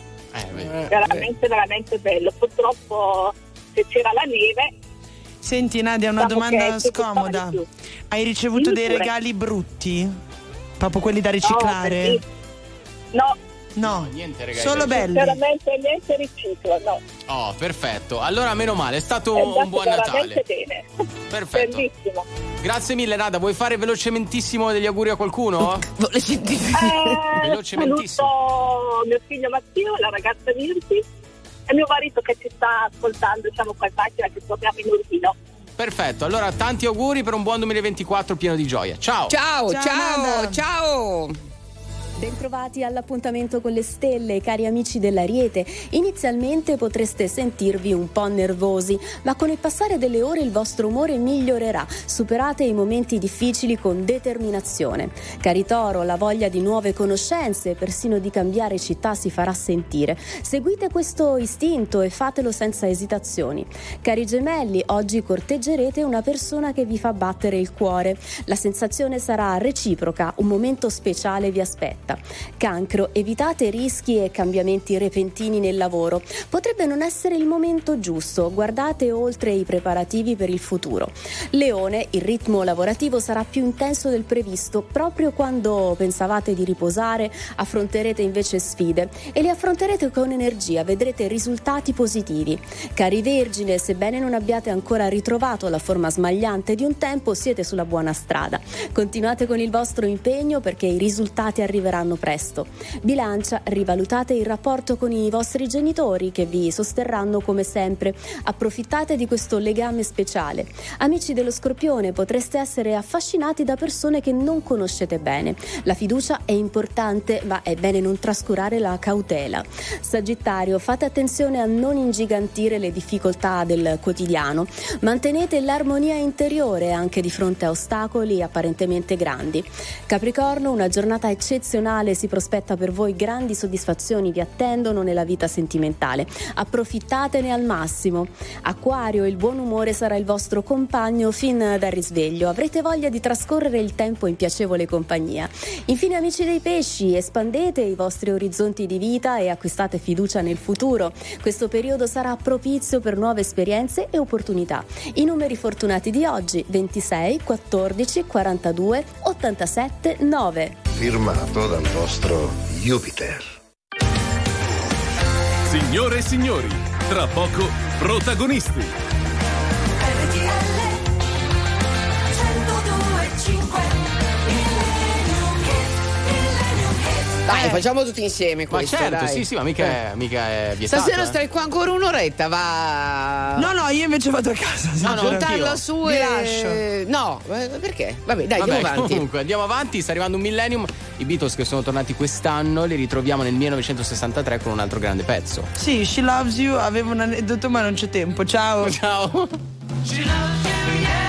Veramente bello. Purtroppo se c'era la neve. Senti Nadia, una domanda scomoda. Hai ricevuto dei regali brutti? Proprio quelli da riciclare? No, niente regali. Solo belli. Veramente niente riciclo, no. Oh, perfetto. Allora meno male, è stato un buon Natale. Bene. Perfetto. Bellissimo. Grazie mille Nada, vuoi fare velocementissimo degli auguri a qualcuno? Velocementissimo. Saluto mio figlio Matteo, la ragazza Mirti e mio marito che ci sta ascoltando, diciamo qua in macchina che troviamo in Urbino. Perfetto, allora tanti auguri per un buon 2024 pieno di gioia. Ciao. Ciao. Bentrovati all'appuntamento con le stelle, cari amici dell'Ariete. Inizialmente potreste sentirvi un po' nervosi, ma con il passare delle ore il vostro umore migliorerà. Superate i momenti difficili con determinazione. Cari Toro, la voglia di nuove conoscenze, persino di cambiare città si farà sentire. Seguite questo istinto e fatelo senza esitazioni. Cari Gemelli, oggi corteggerete una persona che vi fa battere il cuore. La sensazione sarà reciproca, un momento speciale vi aspetta. Cancro, evitate rischi e cambiamenti repentini nel lavoro. Potrebbe non essere il momento giusto, guardate oltre i preparativi per il futuro. Leone, il ritmo lavorativo sarà più intenso del previsto. Proprio quando pensavate di riposare, affronterete invece sfide e le affronterete con energia, vedrete risultati positivi. Cari Vergine, sebbene non abbiate ancora ritrovato la forma smagliante di un tempo, siete sulla buona strada. Continuate con il vostro impegno perché i risultati arriveranno presto. Bilancia, rivalutate il rapporto con i vostri genitori che vi sosterranno come sempre. Approfittate di questo legame speciale. Amici dello Scorpione, potreste essere affascinati da persone che non conoscete bene. La fiducia è importante, ma è bene non trascurare la cautela. Sagittario, fate attenzione a non ingigantire le difficoltà del quotidiano. Mantenete l'armonia interiore anche di fronte a ostacoli apparentemente grandi. Capricorno, una giornata eccezionale si prospetta per voi, grandi soddisfazioni vi attendono nella vita sentimentale. Approfittatene al massimo. Acquario, il buon umore sarà il vostro compagno fin dal risveglio. Avrete voglia di trascorrere il tempo in piacevole compagnia. Infine, amici dei pesci, espandete i vostri orizzonti di vita e acquistate fiducia nel futuro. Questo periodo sarà propizio per nuove esperienze e opportunità. I numeri fortunati di oggi: 26, 14, 42, 87, 9. Firmato dal vostro Jupiter. Signore e signori, tra poco protagonisti. Dai, facciamo tutti insieme questo. Ma certo, dai. sì, ma mica è vietato. Stasera stai qua ancora un'oretta, va. No, io invece vado a casa. Non tarla su Vi e. lascio. No, perché? Vabbè, dai, andiamo avanti. Comunque, andiamo avanti, sta arrivando un millennium. I Beatles che sono tornati quest'anno li ritroviamo nel 1963 con un altro grande pezzo. Sì, She Loves You, avevo un aneddoto ma non c'è tempo. Ciao. Ciao. She loves you, yeah.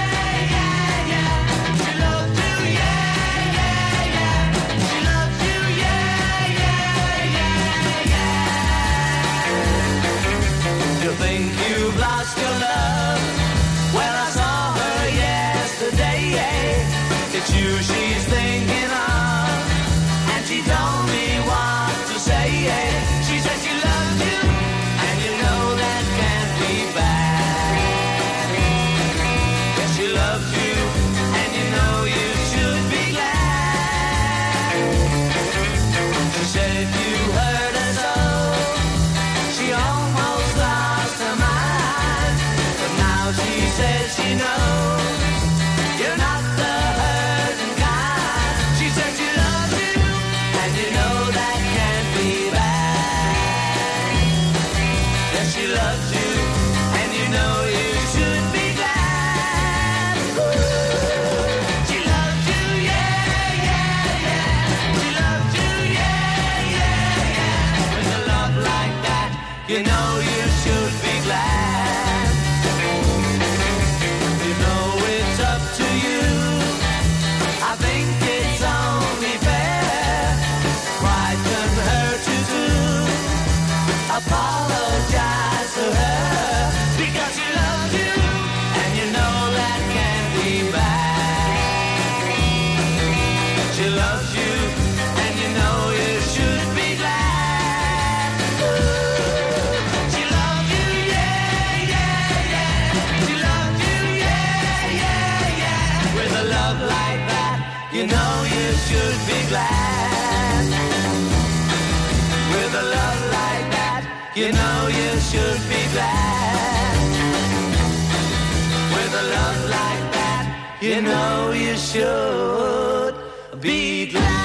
Think you've lost your love? Well, I saw her yesterday. It's you she's thinking of, and she told me what to say. She said she loves you, and you know that can't be bad. Yes, she loves you, and you know you should be glad. She said if you hurt her so, she almost lost her mind, but now she says she knows you're not the hurting kind. She says she loves you, and you know that can't be bad. Yes, she loves you, and you know you should be glad. She loves you, yeah, yeah, yeah. She loves you, yeah, yeah, yeah. With a love like that, you know you should be glad. You know it's up to you. I think it's only fair. Pride can hurt you too. Apologize to her because she loves you, and you know that can't be bad. She loves you, and you know you should be glad. She loves you, yeah, yeah, yeah. She loves you, yeah, yeah, yeah. With a love like that, you know you should be glad. With a love like that, you know you should be glad. With a love like that, you know you should be glad.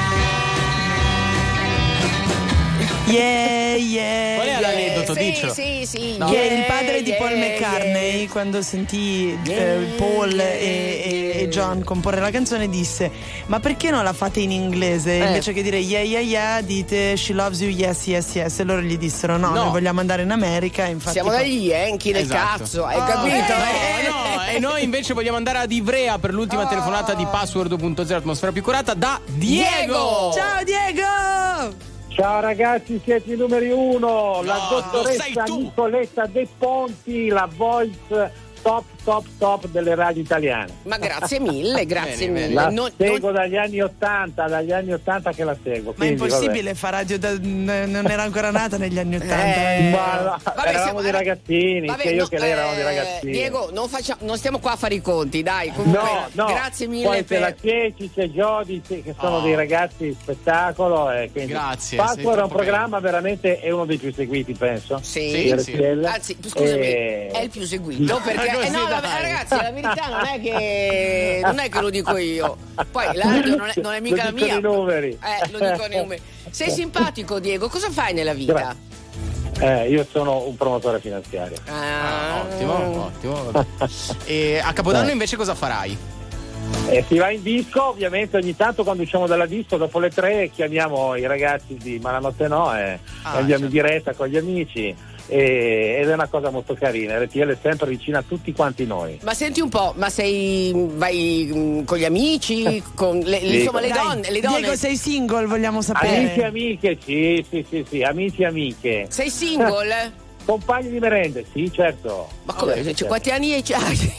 Yeah. Qual è l'aneddoto? Sì, Dicelo. sì. No. Che è il padre di Paul McCartney, quando sentì Paul e John comporre la canzone, disse: ma perché non la fate in inglese? Invece che dire yeah yeah yeah, dite she loves you, yes yes yes. E loro gli dissero no. Noi vogliamo andare in America. Infatti siamo dagli Yankee del cazzo, hai capito? No, e noi invece vogliamo andare ad Ivrea per l'ultima telefonata di Password 2.0 atmosfera più curata da Diego. Ciao Diego. Ciao ragazzi, siete i numeri uno, la dottoressa Nicoletta De Ponti, la voice top delle radio italiane. Ma grazie mille, grazie mille. La seguo dagli anni 80 che la seguo. Ma è impossibile fare radio, non era ancora nata negli anni 80. Ma eravamo dei ragazzini, sia io che lei eravamo dei ragazzini. Diego, non stiamo qua a fare i conti, dai. Comunque, no. Grazie mille. Poi c'è la Ceci, c'è Jody, che sono dei ragazzi di spettacolo. Quindi grazie. Password è un programma veramente, è uno dei più seguiti, penso. Sì. Anzi, scusami, è il più seguito perché ragazzi, la verità non è che lo dico io. Poi la radio non è mica la mia. Lo dicono i numeri. Sei simpatico, Diego, cosa fai nella vita? Io sono un promotore finanziario. Ottimo. E a Capodanno invece cosa farai? Si va in disco, ovviamente ogni tanto quando usciamo dalla disco dopo le 3 chiamiamo i ragazzi di Malanotte No e andiamo in diretta con gli amici. Ed è una cosa molto carina. RTL è sempre vicina a tutti quanti noi. Ma senti un po', vai con gli amici, con insomma le donne. Diego, sei single, vogliamo sapere. Amici e amiche, sì, amici e amiche. Sei single? Compagni di merende, sì, certo. Ma come? Quanti anni hai?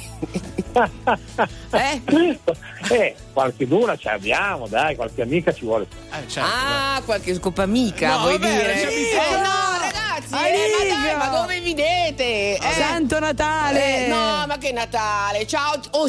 Qualcheduna ci abbiamo, dai, qualche amica ci vuole. Certo. Qualche scopamica, vuoi dire? No, ragazzi, ma dove vivete? Santo Natale! No, ma che Natale? Ciao